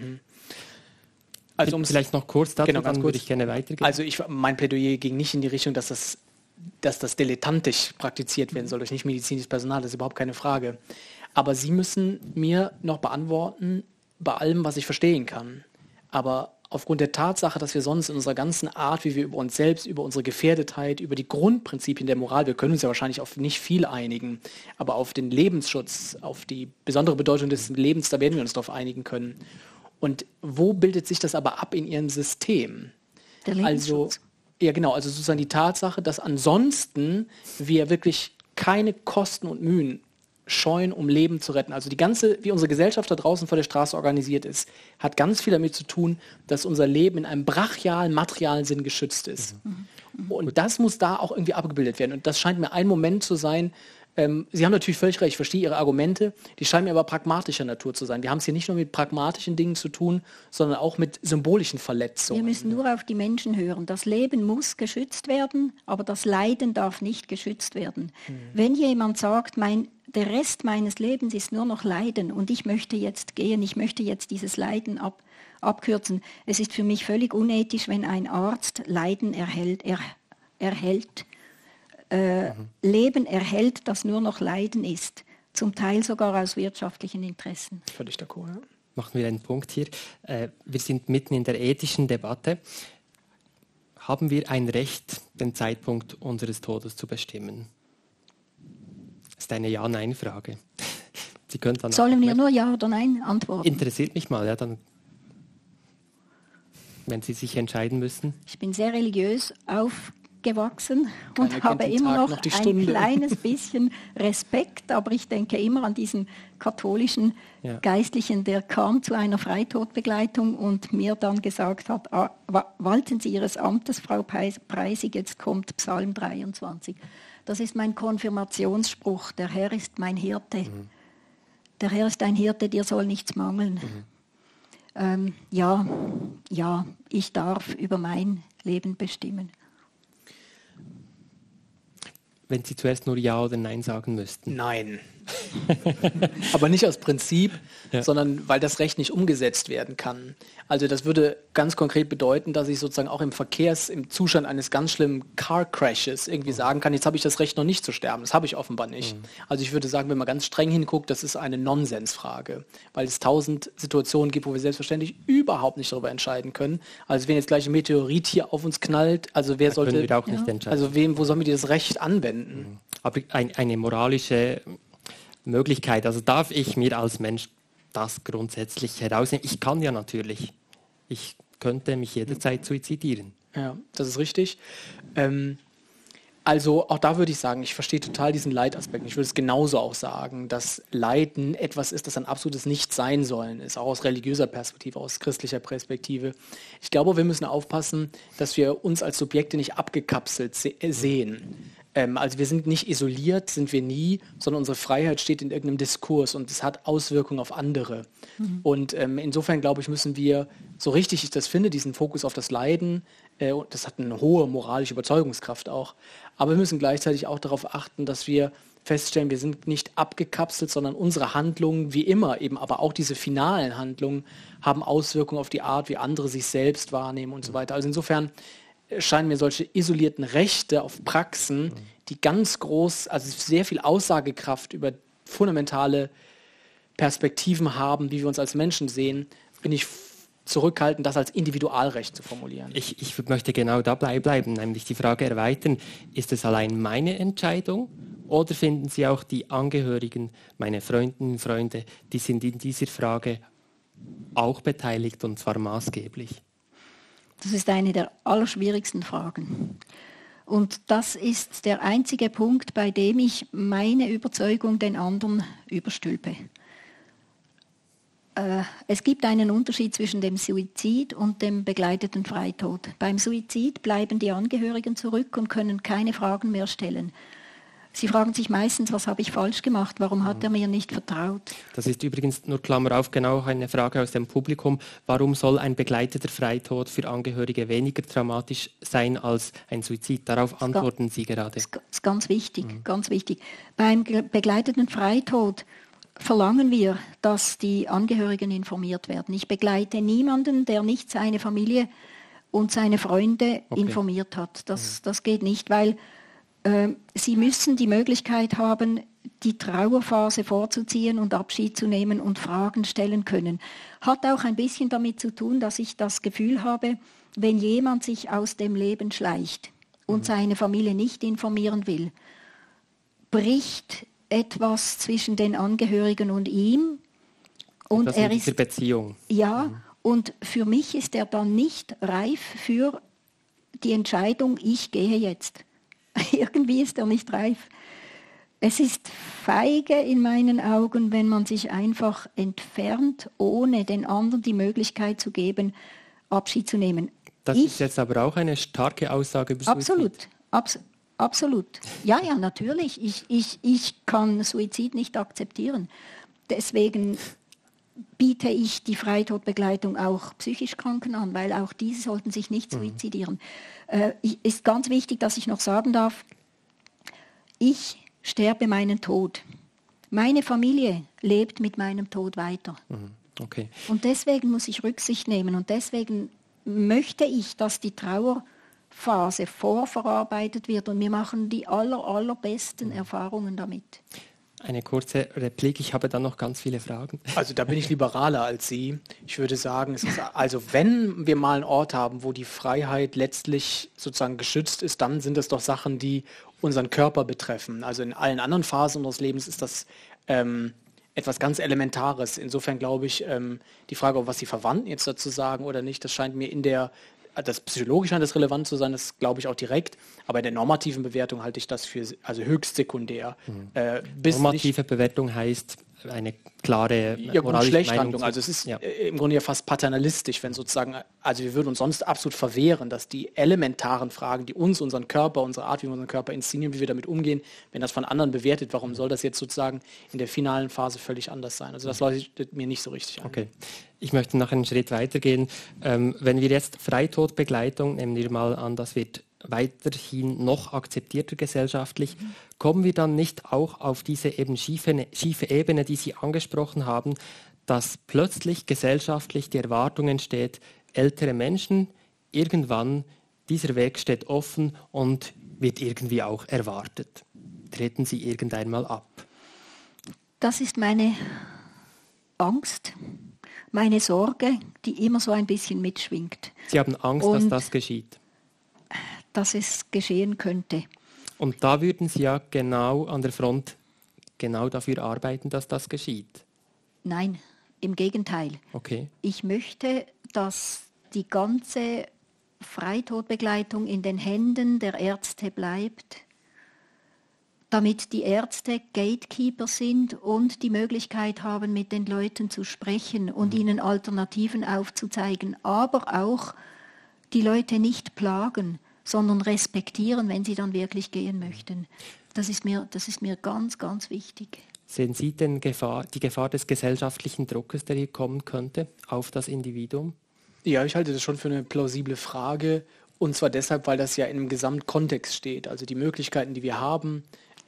Speaker 2: Also vielleicht noch kurz dazu,
Speaker 4: genau,
Speaker 2: dann würde ich gerne weitergehen.
Speaker 4: Also mein Plädoyer ging nicht in die Richtung, dass das dilettantisch praktiziert werden soll durch nicht medizinisches Personal, das ist überhaupt keine Frage. Aber Sie müssen mir noch beantworten, bei allem, was ich verstehen kann. Aber aufgrund der Tatsache, dass wir sonst in unserer ganzen Art, wie wir über uns selbst, über unsere Gefährdetheit, über die Grundprinzipien der Moral, wir können uns ja wahrscheinlich auf nicht viel einigen, aber auf den Lebensschutz, auf die besondere Bedeutung des Lebens, da werden wir uns darauf einigen können. Und wo bildet sich das aber ab in Ihrem System?
Speaker 3: Der Lebensschutz.
Speaker 4: Ja genau, also sozusagen die Tatsache, dass ansonsten wir wirklich keine Kosten und Mühen scheuen, um Leben zu retten. Also die ganze, wie unsere Gesellschaft da draußen vor der Straße organisiert ist, hat ganz viel damit zu tun, dass unser Leben in einem brachialen, materialen Sinn geschützt ist. Und das muss da auch irgendwie abgebildet werden. Und das scheint mir ein Moment zu sein. Sie haben natürlich völlig recht, ich verstehe Ihre Argumente, die scheinen mir aber pragmatischer Natur zu sein. Wir haben es hier nicht nur mit pragmatischen Dingen zu tun, sondern auch mit symbolischen Verletzungen.
Speaker 3: Wir müssen nur auf die Menschen hören. Das Leben muss geschützt werden, aber das Leiden darf nicht geschützt werden. Wenn jemand sagt, der Rest meines Lebens ist nur noch Leiden und ich möchte jetzt gehen, ich möchte jetzt dieses Leiden abkürzen. Es ist für mich völlig unethisch, wenn ein Arzt Leiden Leben erhält, das nur noch Leiden ist. Zum Teil sogar aus wirtschaftlichen Interessen.
Speaker 4: Völlig d'accord, ja.
Speaker 2: Machen wir einen Punkt hier. Wir sind mitten in der ethischen Debatte. Haben wir ein Recht, den Zeitpunkt unseres Todes zu bestimmen? Das ist eine Ja-Nein-Frage. Sie können dann
Speaker 3: Sollen wir nur Ja oder Nein antworten?
Speaker 2: Interessiert mich mal, ja, dann, wenn Sie sich entscheiden müssen.
Speaker 3: Ich bin sehr religiös aufgewachsen und
Speaker 4: Keiner
Speaker 3: habe
Speaker 4: kennt den
Speaker 3: immer
Speaker 4: Tag
Speaker 3: noch
Speaker 4: noch die
Speaker 3: ein
Speaker 4: Stunde.
Speaker 3: kleines bisschen Respekt, aber ich denke immer an diesen katholischen Geistlichen, der kam zu einer Freitodbegleitung und mir dann gesagt hat, walten Sie Ihres Amtes, Frau Preisig, jetzt kommt Psalm 23. Das ist mein Konfirmationsspruch, der Herr ist mein Hirte. Der Herr ist ein Hirte, dir soll nichts mangeln. Ja, ich darf über mein Leben bestimmen.
Speaker 2: Wenn Sie zuerst nur Ja oder Nein sagen müssten.
Speaker 4: Nein. Aber nicht aus Prinzip, sondern weil das Recht nicht umgesetzt werden kann. Also das würde ganz konkret bedeuten, dass ich sozusagen auch im Zustand eines ganz schlimmen Car-Crashes irgendwie sagen kann, jetzt habe ich das Recht noch nicht zu sterben. Das habe ich offenbar nicht. Also ich würde sagen, wenn man ganz streng hinguckt, das ist eine Nonsensfrage, weil es 1000 Situationen gibt, wo wir selbstverständlich überhaupt nicht darüber entscheiden können. Also wenn jetzt gleich ein Meteorit hier auf uns knallt, also wer sollte...
Speaker 2: Können wir auch nicht entscheiden.
Speaker 4: Also wo sollen wir das Recht anwenden?
Speaker 2: Aber eine moralische Möglichkeit, also darf ich mir als Mensch das grundsätzlich herausnehmen? Ich kann ja natürlich. Ich könnte mich jederzeit suizidieren.
Speaker 4: Ja, das ist richtig. Also auch da würde ich sagen, ich verstehe total diesen Leidaspekt. Ich würde es genauso auch sagen, dass Leiden etwas ist, das ein absolutes Nichtsein-Sollen ist, auch aus religiöser Perspektive, aus christlicher Perspektive. Ich glaube, wir müssen aufpassen, dass wir uns als Subjekte nicht abgekapselt sehen. Also wir sind nicht isoliert, sind wir nie, sondern unsere Freiheit steht in irgendeinem Diskurs und es hat Auswirkungen auf andere. Und insofern, glaube ich, müssen wir, so richtig ich das finde, diesen Fokus auf das Leiden, das hat eine hohe moralische Überzeugungskraft auch, aber wir müssen gleichzeitig auch darauf achten, dass wir feststellen, wir sind nicht abgekapselt, sondern unsere Handlungen, wie immer eben, aber auch diese finalen Handlungen, haben Auswirkungen auf die Art, wie andere sich selbst wahrnehmen und so weiter. Also insofern scheinen mir solche isolierten Rechte auf Praxen, die ganz groß, also sehr viel Aussagekraft über fundamentale Perspektiven haben, wie wir uns als Menschen sehen, bin ich zurückhaltend, das als Individualrecht zu formulieren.
Speaker 2: Ich möchte genau dabei bleiben, nämlich die Frage erweitern, ist es allein meine Entscheidung oder finden Sie auch die Angehörigen, meine Freundinnen und Freunde, die sind in dieser Frage auch beteiligt und zwar maßgeblich?
Speaker 3: Das ist eine der allerschwierigsten Fragen. Und das ist der einzige Punkt, bei dem ich meine Überzeugung den anderen überstülpe. Es gibt einen Unterschied zwischen dem Suizid und dem begleiteten Freitod. Beim Suizid bleiben die Angehörigen zurück und können keine Fragen mehr stellen. Sie fragen sich meistens, was habe ich falsch gemacht, warum hat er mir nicht vertraut?
Speaker 2: Das ist übrigens, nur Klammer auf, genau eine Frage aus dem Publikum. Warum soll ein begleiteter Freitod für Angehörige weniger dramatisch sein als ein Suizid? Darauf antworten Sie gerade.
Speaker 3: Das ist ganz wichtig, ganz wichtig. Beim begleiteten Freitod verlangen wir, dass die Angehörigen informiert werden. Ich begleite niemanden, der nicht seine Familie und seine Freunde informiert hat. Das geht nicht, weil sie müssen die Möglichkeit haben, die Trauerphase vorzuziehen und Abschied zu nehmen und Fragen stellen können. Hat auch ein bisschen damit zu tun, dass ich das Gefühl habe, wenn jemand sich aus dem Leben schleicht und seine Familie nicht informieren will, bricht etwas zwischen den Angehörigen und ihm. Und
Speaker 2: er ist in Beziehung.
Speaker 3: Ja, und für mich ist er dann nicht reif für die Entscheidung, ich gehe jetzt. Irgendwie ist er nicht reif. Es ist feige in meinen Augen, wenn man sich einfach entfernt, ohne den anderen die Möglichkeit zu geben, Abschied zu nehmen.
Speaker 2: Das ist jetzt aber auch eine starke Aussage über Suizid.
Speaker 3: Absolut. Ja, natürlich. Ich kann Suizid nicht akzeptieren. Deswegen biete ich die Freitodbegleitung auch psychisch Kranken an, weil auch diese sollten sich nicht suizidieren. Ist ganz wichtig, dass ich noch sagen darf, ich sterbe meinen Tod. Meine Familie lebt mit meinem Tod weiter.
Speaker 2: Okay.
Speaker 3: Und deswegen muss ich Rücksicht nehmen und deswegen möchte ich, dass die Trauerphase vorverarbeitet wird und wir machen die allerbesten Erfahrungen damit.
Speaker 2: Eine kurze Replik, ich habe dann noch ganz viele Fragen.
Speaker 4: Also da bin ich liberaler als Sie. Ich würde sagen, es ist also wenn wir mal einen Ort haben, wo die Freiheit letztlich sozusagen geschützt ist, dann sind das doch Sachen, die unseren Körper betreffen. Also in allen anderen Phasen unseres Lebens ist das etwas ganz Elementares. Insofern glaube ich, die Frage, ob was die Verwandten jetzt dazu sagen oder nicht, das scheint mir das psychologisch scheint das relevant zu sein, das glaube ich auch direkt, aber in der normativen Bewertung halte ich das für höchst sekundär.
Speaker 2: Normative Bewertung heißt eine klare
Speaker 4: moralische Meinung. Also es ist im Grunde ja fast paternalistisch, wenn sozusagen, also wir würden uns sonst absolut verwehren, dass die elementaren Fragen, die unseren Körper, unsere Art, wie wir unseren Körper inszenieren, wie wir damit umgehen, wenn das von anderen bewertet, warum soll das jetzt sozusagen in der finalen Phase völlig anders sein? Also das leuchtet mir nicht so richtig an.
Speaker 2: Okay. Ich möchte noch einen Schritt weitergehen. Wenn wir jetzt Freitodbegleitung, nehmen wir mal an, das wird weiterhin noch akzeptierter gesellschaftlich, kommen wir dann nicht auch auf diese eben schiefe Ebene, die Sie angesprochen haben, dass plötzlich gesellschaftlich die Erwartung entsteht, ältere Menschen, irgendwann, dieser Weg steht offen und wird irgendwie auch erwartet. Treten Sie irgendeinmal ab?
Speaker 3: Das ist meine Angst, meine Sorge, die immer so ein bisschen mitschwingt.
Speaker 2: Sie haben Angst, dass das geschieht?
Speaker 3: Dass es geschehen könnte.
Speaker 2: Und da würden Sie ja genau an der Front genau dafür arbeiten, dass das geschieht?
Speaker 3: Nein, im Gegenteil.
Speaker 2: Okay.
Speaker 3: Ich möchte, dass die ganze Freitodbegleitung in den Händen der Ärzte bleibt, damit die Ärzte Gatekeeper sind und die Möglichkeit haben, mit den Leuten zu sprechen und ihnen Alternativen aufzuzeigen, aber auch die Leute nicht plagen. sondern respektieren, wenn sie dann wirklich gehen möchten. Das ist mir ganz, ganz wichtig.
Speaker 2: Sehen Sie denn die Gefahr des gesellschaftlichen Druckes, der hier kommen könnte, auf das Individuum?
Speaker 4: Ja, ich halte das schon für eine plausible Frage. Und zwar deshalb, weil das ja in einem Gesamtkontext steht. Also die Möglichkeiten, die wir haben,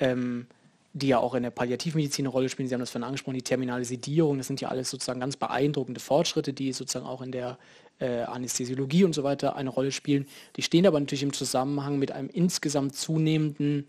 Speaker 4: die ja auch in der Palliativmedizin eine Rolle spielen. Sie haben das vorhin angesprochen, die terminale Sedierung. Das sind ja alles sozusagen ganz beeindruckende Fortschritte, die sozusagen auch in der Anästhesiologie und so weiter eine Rolle spielen. Die stehen aber natürlich im Zusammenhang mit einem insgesamt zunehmenden,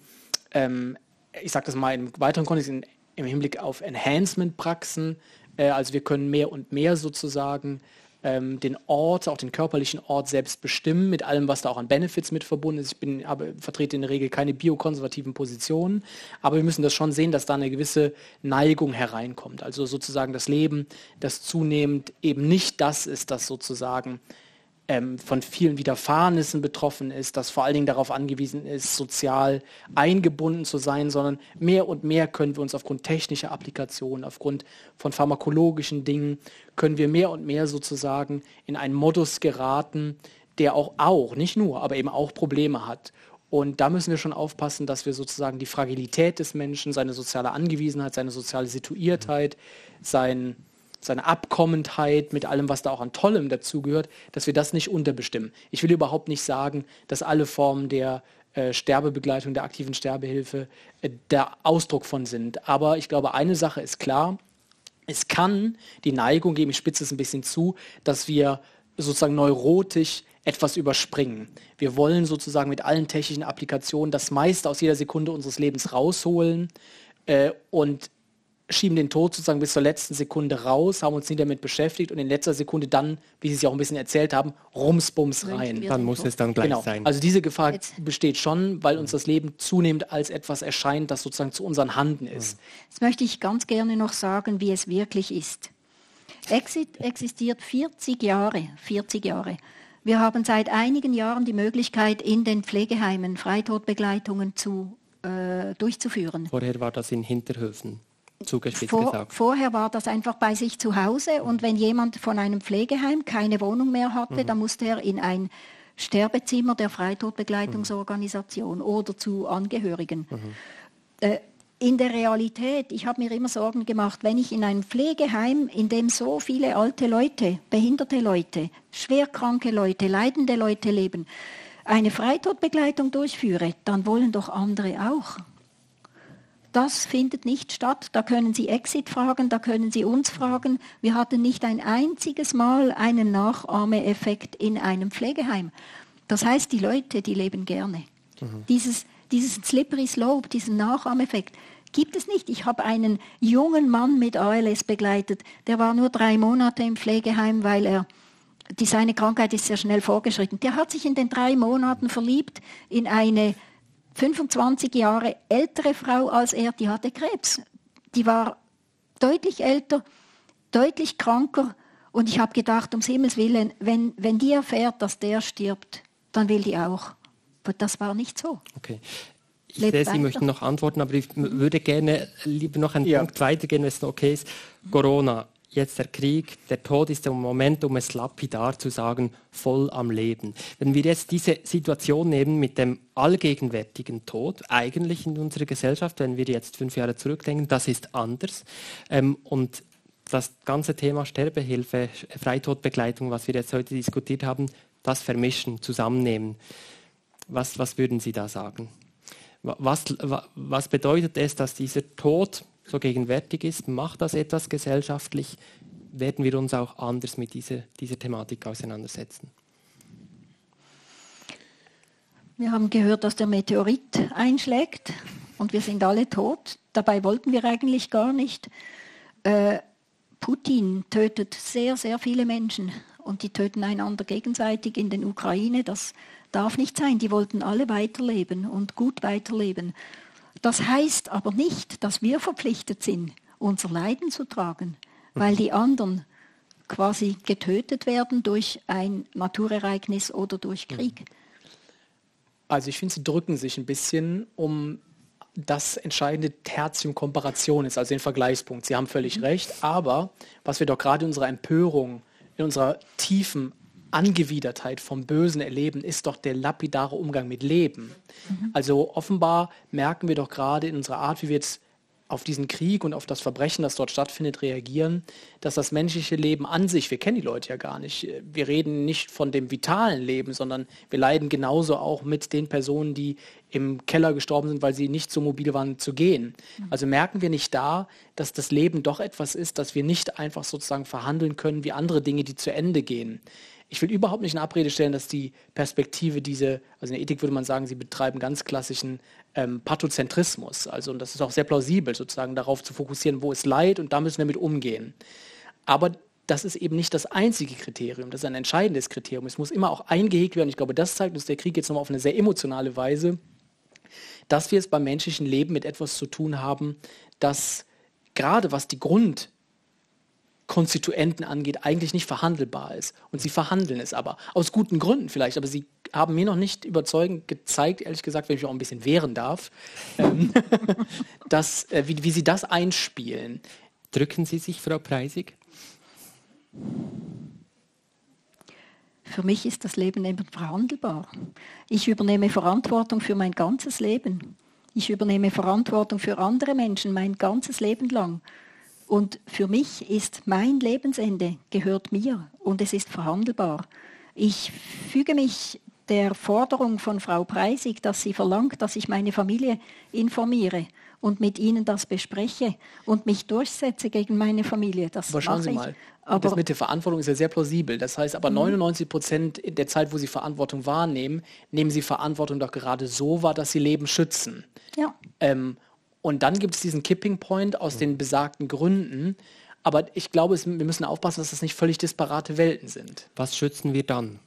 Speaker 4: ich sage das mal im weiteren Kontext, im Hinblick auf Enhancement-Praxen. Also wir können mehr und mehr sozusagen den Ort, auch den körperlichen Ort selbst bestimmen, mit allem, was da auch an Benefits mit verbunden ist. Ich vertrete in der Regel keine biokonservativen Positionen, aber wir müssen das schon sehen, dass da eine gewisse Neigung hereinkommt. Also sozusagen das Leben, das zunehmend eben nicht das ist, das sozusagen von vielen Widerfahrnissen betroffen ist, das vor allen Dingen darauf angewiesen ist, sozial eingebunden zu sein, sondern mehr und mehr können wir uns aufgrund technischer Applikationen, aufgrund von pharmakologischen Dingen, können wir mehr und mehr sozusagen in einen Modus geraten, der auch, nicht nur, aber eben auch Probleme hat. Und da müssen wir schon aufpassen, dass wir sozusagen die Fragilität des Menschen, seine soziale Angewiesenheit, seine soziale Situiertheit, seine Abkommenheit mit allem, was da auch an Tollem dazugehört, dass wir das nicht unterbestimmen. Ich will überhaupt nicht sagen, dass alle Formen der Sterbebegleitung, der aktiven Sterbehilfe der Ausdruck von sind. Aber ich glaube, eine Sache ist klar, es kann die Neigung geben, ich spitze es ein bisschen zu, dass wir sozusagen neurotisch etwas überspringen. Wir wollen sozusagen mit allen technischen Applikationen das meiste aus jeder Sekunde unseres Lebens rausholen und schieben den Tod sozusagen bis zur letzten Sekunde raus, haben uns nie damit beschäftigt und in letzter Sekunde dann, wie Sie es ja auch ein bisschen erzählt haben, rumsbums rein.
Speaker 2: Dann muss es dann gleich sein.
Speaker 4: Also diese Gefahr besteht schon, weil uns das Leben zunehmend als etwas erscheint, das sozusagen zu unseren Handen ist.
Speaker 3: Jetzt möchte ich ganz gerne noch sagen, wie es wirklich ist. Exit existiert 40 Jahre. Wir haben seit einigen Jahren die Möglichkeit, in den Pflegeheimen Freitodbegleitungen durchzuführen.
Speaker 2: Vorher war das in Hinterhöfen. Gesagt.
Speaker 3: Vorher war das einfach bei sich zu Hause und wenn jemand von einem Pflegeheim keine Wohnung mehr hatte, dann musste er in ein Sterbezimmer der Freitodbegleitungsorganisation oder zu Angehörigen. In der Realität, ich habe mir immer Sorgen gemacht, wenn ich in einem Pflegeheim, in dem so viele alte Leute, behinderte Leute, schwerkranke Leute, leidende Leute leben, eine Freitodbegleitung durchführe, dann wollen doch andere auch. Das findet nicht statt. Da können Sie Exit fragen, da können Sie uns fragen. Wir hatten nicht ein einziges Mal einen Nachahmeeffekt in einem Pflegeheim. Das heißt, die Leute, die leben gerne. Dieses Slippery Slope, diesen Nachahmeffekt, gibt es nicht. Ich habe einen jungen Mann mit ALS begleitet, der war nur 3 Monate im Pflegeheim, weil seine Krankheit ist sehr schnell vorgeschritten. Der hat sich in den 3 Monaten verliebt in eine 25 Jahre ältere Frau als er, die hatte Krebs. Die war deutlich älter, deutlich kranker und ich habe gedacht, ums Himmels Willen, wenn die erfährt, dass der stirbt, dann will die auch. Aber das war nicht so.
Speaker 2: Okay. Ich sehe, Sie möchten noch antworten, aber ich würde gerne lieber noch einen Punkt weitergehen, wenn es okay ist. Corona. Jetzt der Krieg, der Tod ist der Moment, um es lapidar zu sagen, voll am Leben. Wenn wir jetzt diese Situation nehmen mit dem allgegenwärtigen Tod, eigentlich in unserer Gesellschaft, wenn wir jetzt 5 Jahre zurückdenken, das ist anders. Und das ganze Thema Sterbehilfe, Freitodbegleitung, was wir jetzt heute diskutiert haben, das vermischen, zusammennehmen. Was würden Sie da sagen? Was bedeutet es, dass dieser Tod so gegenwärtig ist? Macht das etwas gesellschaftlich? Werden wir uns auch anders mit dieser Thematik auseinandersetzen?
Speaker 3: Wir haben gehört, dass der Meteorit einschlägt und wir sind alle tot. Dabei wollten wir eigentlich gar nicht. Putin tötet sehr, sehr viele Menschen und die töten einander gegenseitig in der Ukraine. Das darf nicht sein. Die wollten alle weiterleben und gut weiterleben. Das heißt aber nicht, dass wir verpflichtet sind, unser Leiden zu tragen, weil die anderen quasi getötet werden durch ein Naturereignis oder durch Krieg.
Speaker 4: Also ich finde, Sie drücken sich ein bisschen um das entscheidende Tertium Comparationis, also den Vergleichspunkt. Sie haben völlig recht, aber was wir doch gerade in unserer Empörung, in unserer tiefen Angewidertheit vom Bösen erleben, ist doch der lapidare Umgang mit Leben. Also offenbar merken wir doch gerade in unserer Art, wie wir jetzt auf diesen Krieg und auf das Verbrechen, das dort stattfindet, reagieren, dass das menschliche Leben an sich, wir kennen die Leute ja gar nicht, wir reden nicht von dem vitalen Leben, sondern wir leiden genauso auch mit den Personen, die im Keller gestorben sind, weil sie nicht so mobil waren zu gehen. Also merken wir nicht da, dass das Leben doch etwas ist, das wir nicht einfach sozusagen verhandeln können wie andere Dinge, die zu Ende gehen. Ich will überhaupt nicht in Abrede stellen, dass die Perspektive also in der Ethik würde man sagen, sie betreiben ganz klassischen Pathozentrismus. Also, und das ist auch sehr plausibel, sozusagen darauf zu fokussieren, wo ist Leid und da müssen wir mit umgehen. Aber das ist eben nicht das einzige Kriterium, das ist ein entscheidendes Kriterium. Es muss immer auch eingehegt werden. Ich glaube, das zeigt uns der Krieg jetzt nochmal auf eine sehr emotionale Weise, dass wir es beim menschlichen Leben mit etwas zu tun haben, das gerade was die Grundkonstituenten angeht, eigentlich nicht verhandelbar ist. Und sie verhandeln es aber. Aus guten Gründen vielleicht, aber sie haben mir noch nicht überzeugend gezeigt, ehrlich gesagt, wenn ich mich auch ein bisschen wehren darf, wie sie das einspielen.
Speaker 2: Drücken Sie sich, Frau Preisig?
Speaker 3: Für mich ist das Leben eben verhandelbar. Ich übernehme Verantwortung für mein ganzes Leben. Ich übernehme Verantwortung für andere Menschen mein ganzes Leben lang. Und für mich ist mein Lebensende, gehört mir und es ist verhandelbar. Ich füge mich der Forderung von Frau Preisig, dass sie verlangt, dass ich meine Familie informiere und mit ihnen das bespreche und mich durchsetze gegen meine Familie. Das
Speaker 4: aber schauen Sie mal, das mit der Verantwortung ist ja sehr plausibel. Das heißt aber 99% der Zeit, wo Sie Verantwortung wahrnehmen, nehmen Sie Verantwortung doch gerade so wahr, dass Sie Leben schützen.
Speaker 3: Ja.
Speaker 4: Und dann gibt es diesen Kipping Point aus den besagten Gründen. Aber ich glaube, wir müssen aufpassen, dass das nicht völlig disparate Welten sind.
Speaker 2: Was schützen wir dann?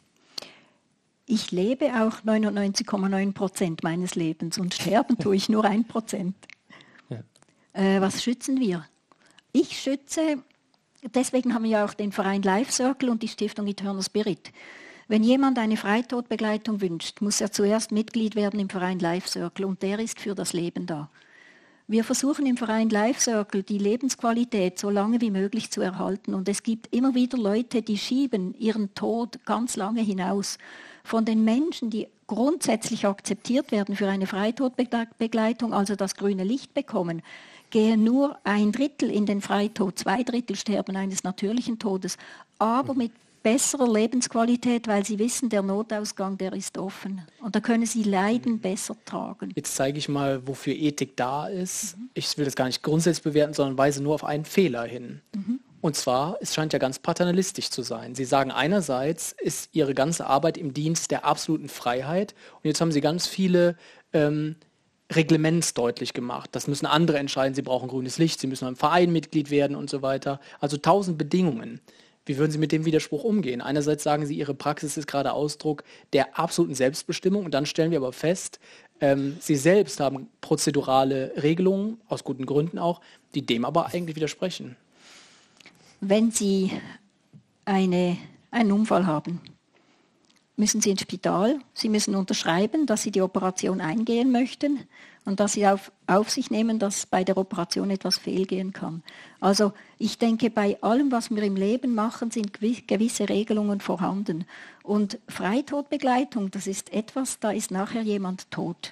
Speaker 3: Ich lebe auch 99,9% meines Lebens und sterben tue ich nur 1%. Ja. Was schützen wir? Ich schütze, deswegen haben wir ja auch den Verein Life Circle und die Stiftung Eternal Spirit. Wenn jemand eine Freitodbegleitung wünscht, muss er zuerst Mitglied werden im Verein Life Circle und der ist für das Leben da. Wir versuchen im Verein Life Circle die Lebensqualität so lange wie möglich zu erhalten und es gibt immer wieder Leute, die schieben ihren Tod ganz lange hinaus. Von den Menschen, die grundsätzlich akzeptiert werden für eine Freitodbegleitung, also das grüne Licht bekommen, gehen nur 1/3 in den Freitod, 2/3 sterben eines natürlichen Todes, aber mit besserer Lebensqualität, weil sie wissen, der Notausgang, der ist offen. Und da können sie Leiden besser tragen.
Speaker 4: Jetzt zeige ich mal, wofür Ethik da ist. Ich will das gar nicht grundsätzlich bewerten, sondern weise nur auf einen Fehler hin. Und zwar, es scheint ja ganz paternalistisch zu sein. Sie sagen, einerseits ist Ihre ganze Arbeit im Dienst der absoluten Freiheit und jetzt haben Sie ganz viele Reglements deutlich gemacht. Das müssen andere entscheiden. Sie brauchen grünes Licht, Sie müssen im Verein Mitglied werden und so weiter. Also 1000 Bedingungen. Wie würden Sie mit dem Widerspruch umgehen? Einerseits sagen Sie, Ihre Praxis ist gerade Ausdruck der absoluten Selbstbestimmung und dann stellen wir aber fest, Sie selbst haben prozedurale Regelungen, aus guten Gründen auch, die dem aber eigentlich widersprechen.
Speaker 3: Wenn Sie einen Unfall haben, müssen Sie ins Spital. Sie müssen unterschreiben, dass Sie die Operation eingehen möchten und dass Sie auf sich nehmen, dass bei der Operation etwas fehlgehen kann. Also ich denke, bei allem, was wir im Leben machen, sind gewisse Regelungen vorhanden. Und Freitodbegleitung, das ist etwas, da ist nachher jemand tot.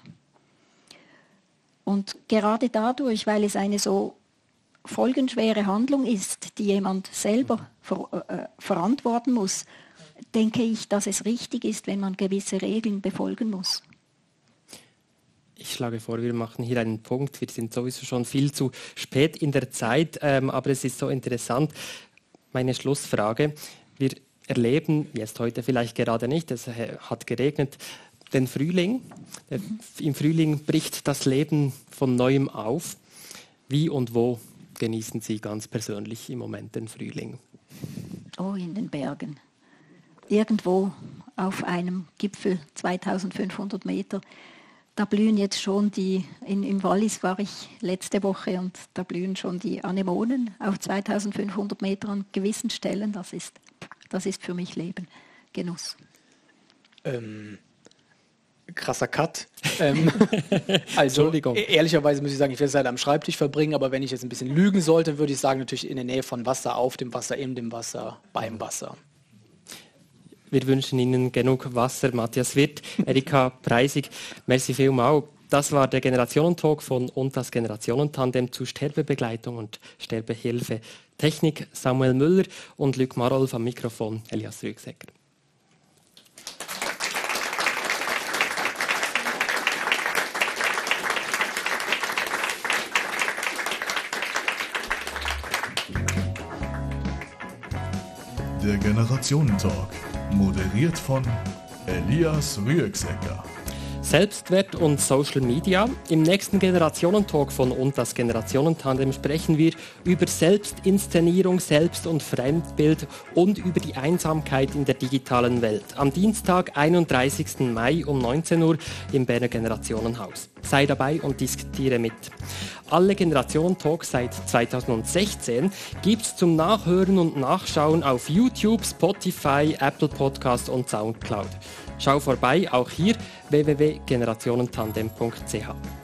Speaker 3: Und gerade dadurch, weil es eine so folgenschwere Handlung ist, die jemand selber verantworten muss, denke ich, dass es richtig ist, wenn man gewisse Regeln befolgen muss.
Speaker 2: Ich schlage vor, wir machen hier einen Punkt. Wir sind sowieso schon viel zu spät in der Zeit, aber es ist so interessant. Meine Schlussfrage. Wir erleben, jetzt heute vielleicht gerade nicht, es hat geregnet, den Frühling. Im Frühling bricht das Leben von Neuem auf. Wie und wo genießen Sie ganz persönlich im Moment den Frühling?
Speaker 3: Oh, in den Bergen. Irgendwo auf einem Gipfel, 2500 Meter. Da blühen jetzt schon im Wallis war ich letzte Woche und da blühen schon die Anemonen auf 2500 Meter an gewissen Stellen. Das ist für mich Leben, Genuss.
Speaker 4: Krasser Cut. Also ehrlicherweise muss ich sagen, ich werde es halt am Schreibtisch verbringen, aber wenn ich jetzt ein bisschen lügen sollte, würde ich sagen, natürlich in der Nähe von Wasser, auf dem Wasser, in dem Wasser, beim Wasser.
Speaker 2: Wir wünschen Ihnen genug Wasser. Matthias Wirth, Erika Preisig, merci vielmals. Das war der Generationentalk von und das Generationentandem zu Sterbebegleitung und Sterbehilfe. Technik Samuel Müller und Luc Marolf am Mikrofon Elias Rüegsecker.
Speaker 1: Der Generationentalk, moderiert von Elias Rüegsecker.
Speaker 2: Selbstwert und Social Media. Im nächsten Generationentalk von und das Generationentandem sprechen wir über Selbstinszenierung, Selbst- und Fremdbild und über die Einsamkeit in der digitalen Welt. Am Dienstag, 31. Mai um 19 Uhr im Berner Generationenhaus. Sei dabei und diskutiere mit. Alle Generationen-Talks seit 2016 gibt es zum Nachhören und Nachschauen auf YouTube, Spotify, Apple Podcast und Soundcloud. Schau vorbei, auch hier www.generationentandem.ch.